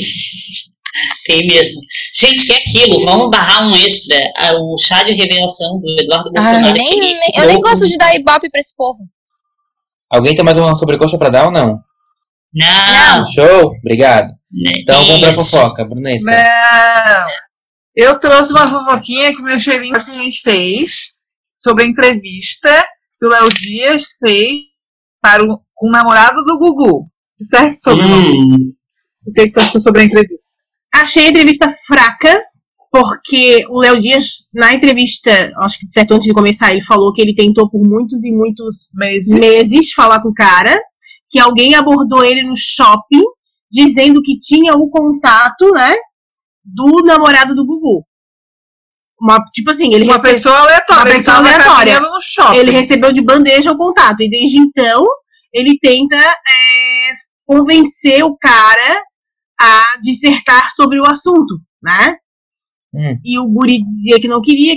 Tem mesmo. Gente, que é aquilo? Vamos barrar um extra. O chá de revelação do Eduardo Bolsonaro. Eu nem gosto de dar ibope pra esse povo. Alguém tem mais uma sobrecoxa pra dar ou não? Não. Show? Obrigado. Então vamos pra Isso. fofoca, Brunessa. Não. Eu trouxe uma fofoquinha que meu cheirinho que a gente fez sobre a entrevista que o Léo Dias fez com o namorado do Gugu. Certo? Sobre o que tu achou sobre a entrevista? Achei a entrevista fraca, porque o Léo Dias, na entrevista, acho que de certo antes de começar, ele falou que ele tentou por muitos e muitos meses falar com o cara, que alguém abordou ele no shopping, dizendo que tinha o contato, né, do namorado do Gugu. Tipo assim, ele Uma pessoa aleatória. Uma ele pessoa tava aleatória. caminhando no shopping. Ele recebeu de bandeja o contato, e desde então, ele tenta convencer o cara a dissertar sobre o assunto, né? E o guri dizia que não queria,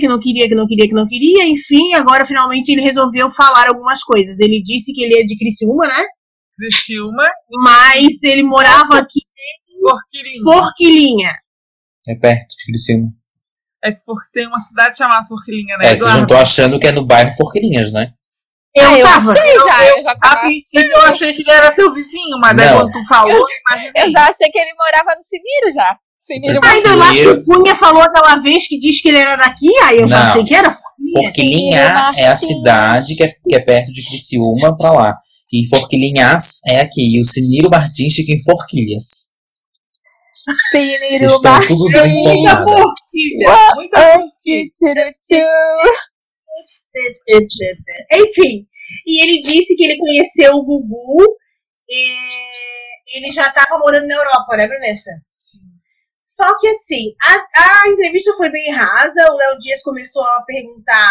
enfim, agora finalmente ele resolveu falar algumas coisas. Ele disse que ele é de Criciúma, né? Criciúma. Mas ele morava aqui em Forquilinha. É perto de Criciúma. É que tem uma cidade chamada Forquilinha, né? Vocês não estão achando que é no bairro Forquilinhas, né? Eu tava. achei já A tava. princípio eu achei que ele era seu vizinho, mas daí Não. quando tu falou, imaginei. Eu já achei que ele morava no Siniro já. Siniro Ainda Sim, lá, eu- Cunha falou aquela vez que diz que ele era daqui, aí eu já Não. achei que era Forquilinha. Forquilinha é a cidade que é perto de Criciúma pra lá. E Forquilinhas é aqui. E o Siniro Martins fica em Forquilhas. Siniro Eles estão tudo Martins. desinformados. Forquilha. Muita Enfim, e ele disse que ele conheceu o Gugu e ele já estava morando na Europa, né, Vanessa? Sim. Só que assim, a entrevista foi bem rasa. O Léo Dias começou a perguntar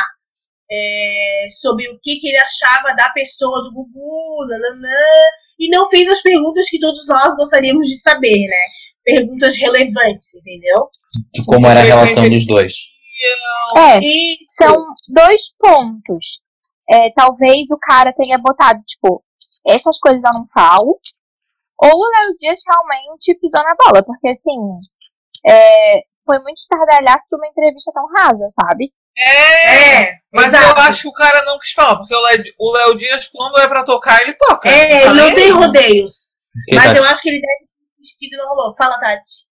sobre o que ele achava da pessoa do Gugu, e não fez as perguntas que todos nós gostaríamos de saber, né? Perguntas relevantes, entendeu? De como era a relação dos dois. São 2 pontos. Talvez o cara tenha botado, tipo, essas coisas eu não falo, ou o Léo Dias realmente pisou na bola, porque assim, foi muito estardalhaço de uma entrevista tão rasa, sabe? Mas eu acho que o cara não quis falar, porque o Léo Dias, quando é pra tocar, ele toca. Ele não tem rodeios. Mas Tati? eu acho que ele deve ter insistido e não rolou. Fala, Tati.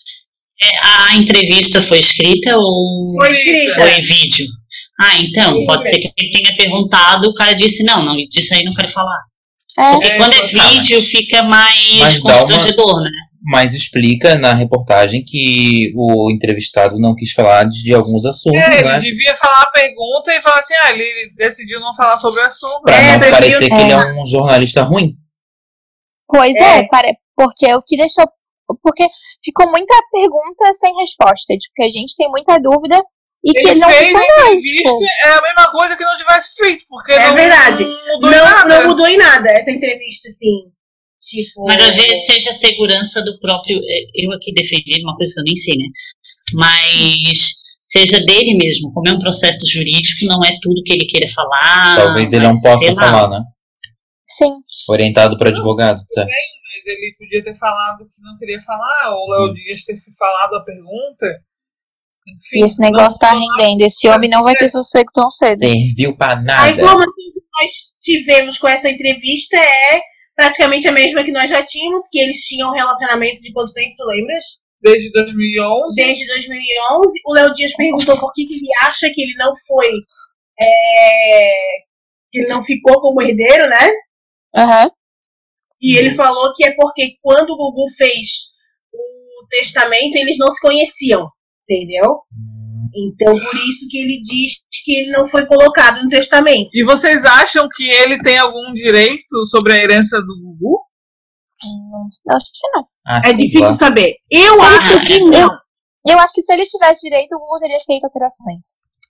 A entrevista foi escrita ou Foi escrita. foi em vídeo? Então, Sim, pode ser que ele tenha perguntado, o cara disse, não, disso aí não quero falar. É. Porque quando é vídeo, fica mais Mas dá constrangedor, né? Mas explica na reportagem que o entrevistado não quis falar de alguns assuntos, Ele né? devia falar a pergunta e falar assim, ele decidiu não falar sobre o assunto. Pra não prefiro- parecer que ele é um jornalista ruim. Pois porque o que deixou. Porque ficou muita pergunta sem resposta. Tipo, que a gente tem muita dúvida e que ele não fez a respondeu. entrevista, Tipo, é a mesma coisa que não tivesse feito, porque É não, verdade. não mudou em nada. Não mudou em nada essa entrevista, assim. Tipo. Mas às vezes seja a segurança do próprio. Eu aqui defendi uma coisa que eu nem sei, né? Mas seja dele mesmo. Como é um processo jurídico, não é tudo que ele queira falar. Talvez ele mas, não possa sei lá. falar, né? sim. Orientado para advogado, certo? Mas ele podia ter falado que não queria falar, ou o Léo Dias ter falado a pergunta. Enfim, E esse negócio tá rendendo. Esse homem não vai ter sossego tão cedo. Serviu pra A nada. informação que nós tivemos com essa entrevista é praticamente a mesma que nós já tínhamos, que eles tinham um relacionamento de quanto tempo, tu lembras? desde 2011. Desde 2011. O Léo Dias perguntou por que ele acha que ele não foi, que ele não ficou como herdeiro, né? Aham. E ele falou que é porque quando o Gugu fez o testamento, eles não se conheciam, entendeu? Então, por isso que ele diz que ele não foi colocado no testamento. E vocês acham que ele tem algum direito sobre a herança do Gugu? Acho que não. Ah, É sim, difícil claro. saber. Eu acho que não. Eu acho que se ele tivesse direito, o Gugu teria feito alterações.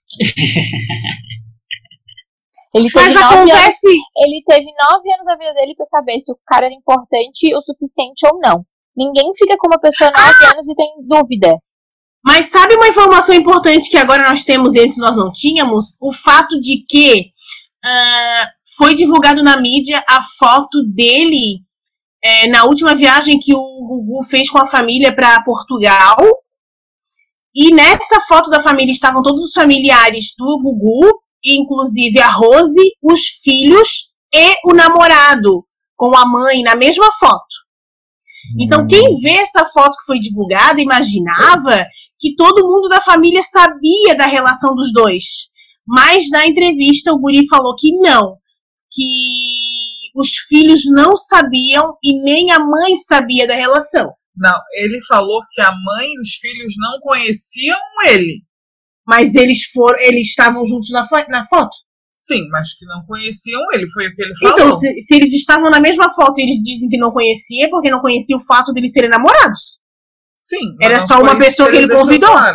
Ele teve Mas 9 anos. acontece. Ele teve 9 anos da vida dele pra saber se o cara era importante o suficiente ou não. Ninguém fica com uma pessoa 9 anos e tem dúvida. Mas sabe uma informação importante que agora nós temos e antes nós não tínhamos? O fato de que foi divulgado na mídia a foto dele na última viagem que o Gugu fez com a família para Portugal. E nessa foto da família estavam todos os familiares do Gugu, inclusive a Rose, os filhos e o namorado, com a mãe na mesma foto. Então, quem vê essa foto que foi divulgada imaginava que todo mundo da família sabia da relação dos dois. Mas na entrevista o guri falou que não, que os filhos não sabiam e nem a mãe sabia da relação. Não, ele falou que a mãe e os filhos não conheciam ele. Mas eles estavam juntos na foto. Sim, mas que não conheciam ele, foi o que ele falou. Então, se eles estavam na mesma foto e eles dizem que não conhecia, é porque não conhecia o fato deles serem namorados. Sim. Era não só foi uma isso pessoa que ele deixou convidou. claro.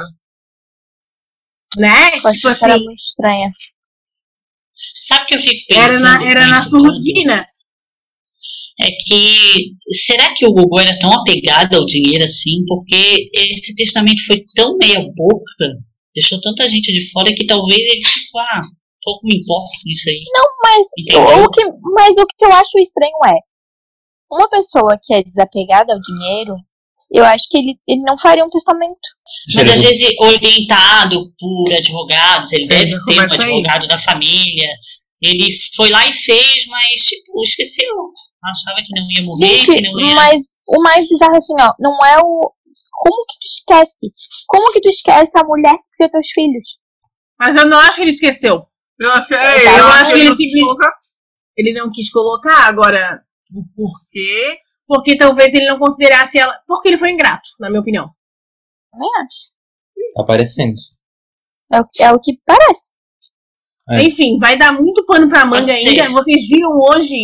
Né? Só Tipo que era assim, muito estranha. Sabe o que eu fico pensando? era com na isso tudo? surdina. É que, será que o Gugu era tão apegado ao dinheiro assim? Porque esse testamento foi tão meia boca, deixou tanta gente de fora que talvez ele, tipo, pouco me importa com isso aí. Não, mas Entendeu? o que eu acho estranho é uma pessoa que é desapegada ao dinheiro, eu acho que ele não faria um testamento. Mas às vezes orientado por advogados, ele deve já ter um começa aí. advogado da família. Ele foi lá e fez, mas tipo, esqueceu. Achava que não ia morrer, Gente, que não ia. mas o mais bizarro é assim, ó, não é o... Como que tu esquece? Como que tu esquece a mulher que tem teus filhos? Mas eu não acho que ele esqueceu. Eu acho que Eu acho que ele não quis simplesmente- colocar. Ele não quis colocar. Agora, o porquê? Porque talvez ele não considerasse ela... Porque ele foi ingrato, na minha opinião. Nem acho. Tá aparecendo. É o que parece. É. Enfim, vai dar muito pano pra manga Pode ser. ainda. Vocês viram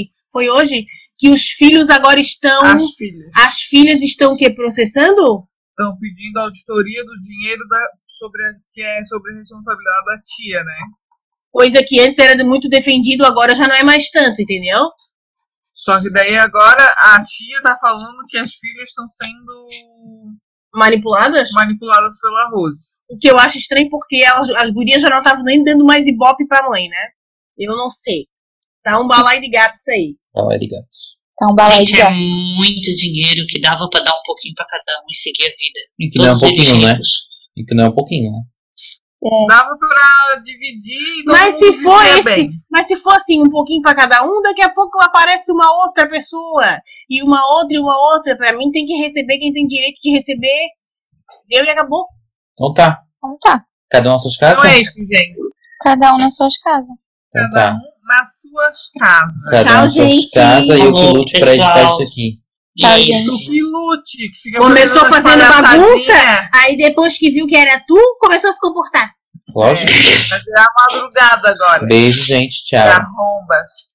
hoje, que os filhos agora estão... As filhas. As filhas estão o quê? Processando? estão pedindo auditoria do dinheiro que é sobre a responsabilidade da tia, né? Coisa que antes era muito defendido, agora já não é mais tanto, entendeu? Só que daí agora a tia tá falando que as filhas estão sendo Manipuladas? pela Rose. O que eu acho estranho, porque as gurias já não estavam nem dando mais ibope pra mãe, né? Eu não sei. Tá um balai de gato isso aí. Balai de gatos. Tá um balai de Gente, é gatos. muito dinheiro que dava pra dar um pouquinho pra cada um e seguir a vida. E que não é um Todos eles pouquinho, né? ricos. E que não é um pouquinho, né? Dava pra dividir e todo Mas mundo se for vivia esse, bem. mas se for assim, um pouquinho pra cada um, daqui a pouco aparece uma outra pessoa. E uma outra. Pra mim tem que receber quem tem direito de receber. Deu e acabou. Então tá. Então tá. Cada um nas suas Então casas? é isso, gente. Cada um nas suas casas. Então Cada tá. um nas suas casas. Cada um Tchau, nas suas gente. casas e eu que Falou, lute pra editar pessoal. isso aqui. Tá, Isso. Tu que lute, que fica Começou fazendo palhaçadinha. bagunça, aí depois que viu que era tu, começou a se comportar. Lógico. Vai virar madrugada agora. Beijo, gente. Tchau. Arrombas.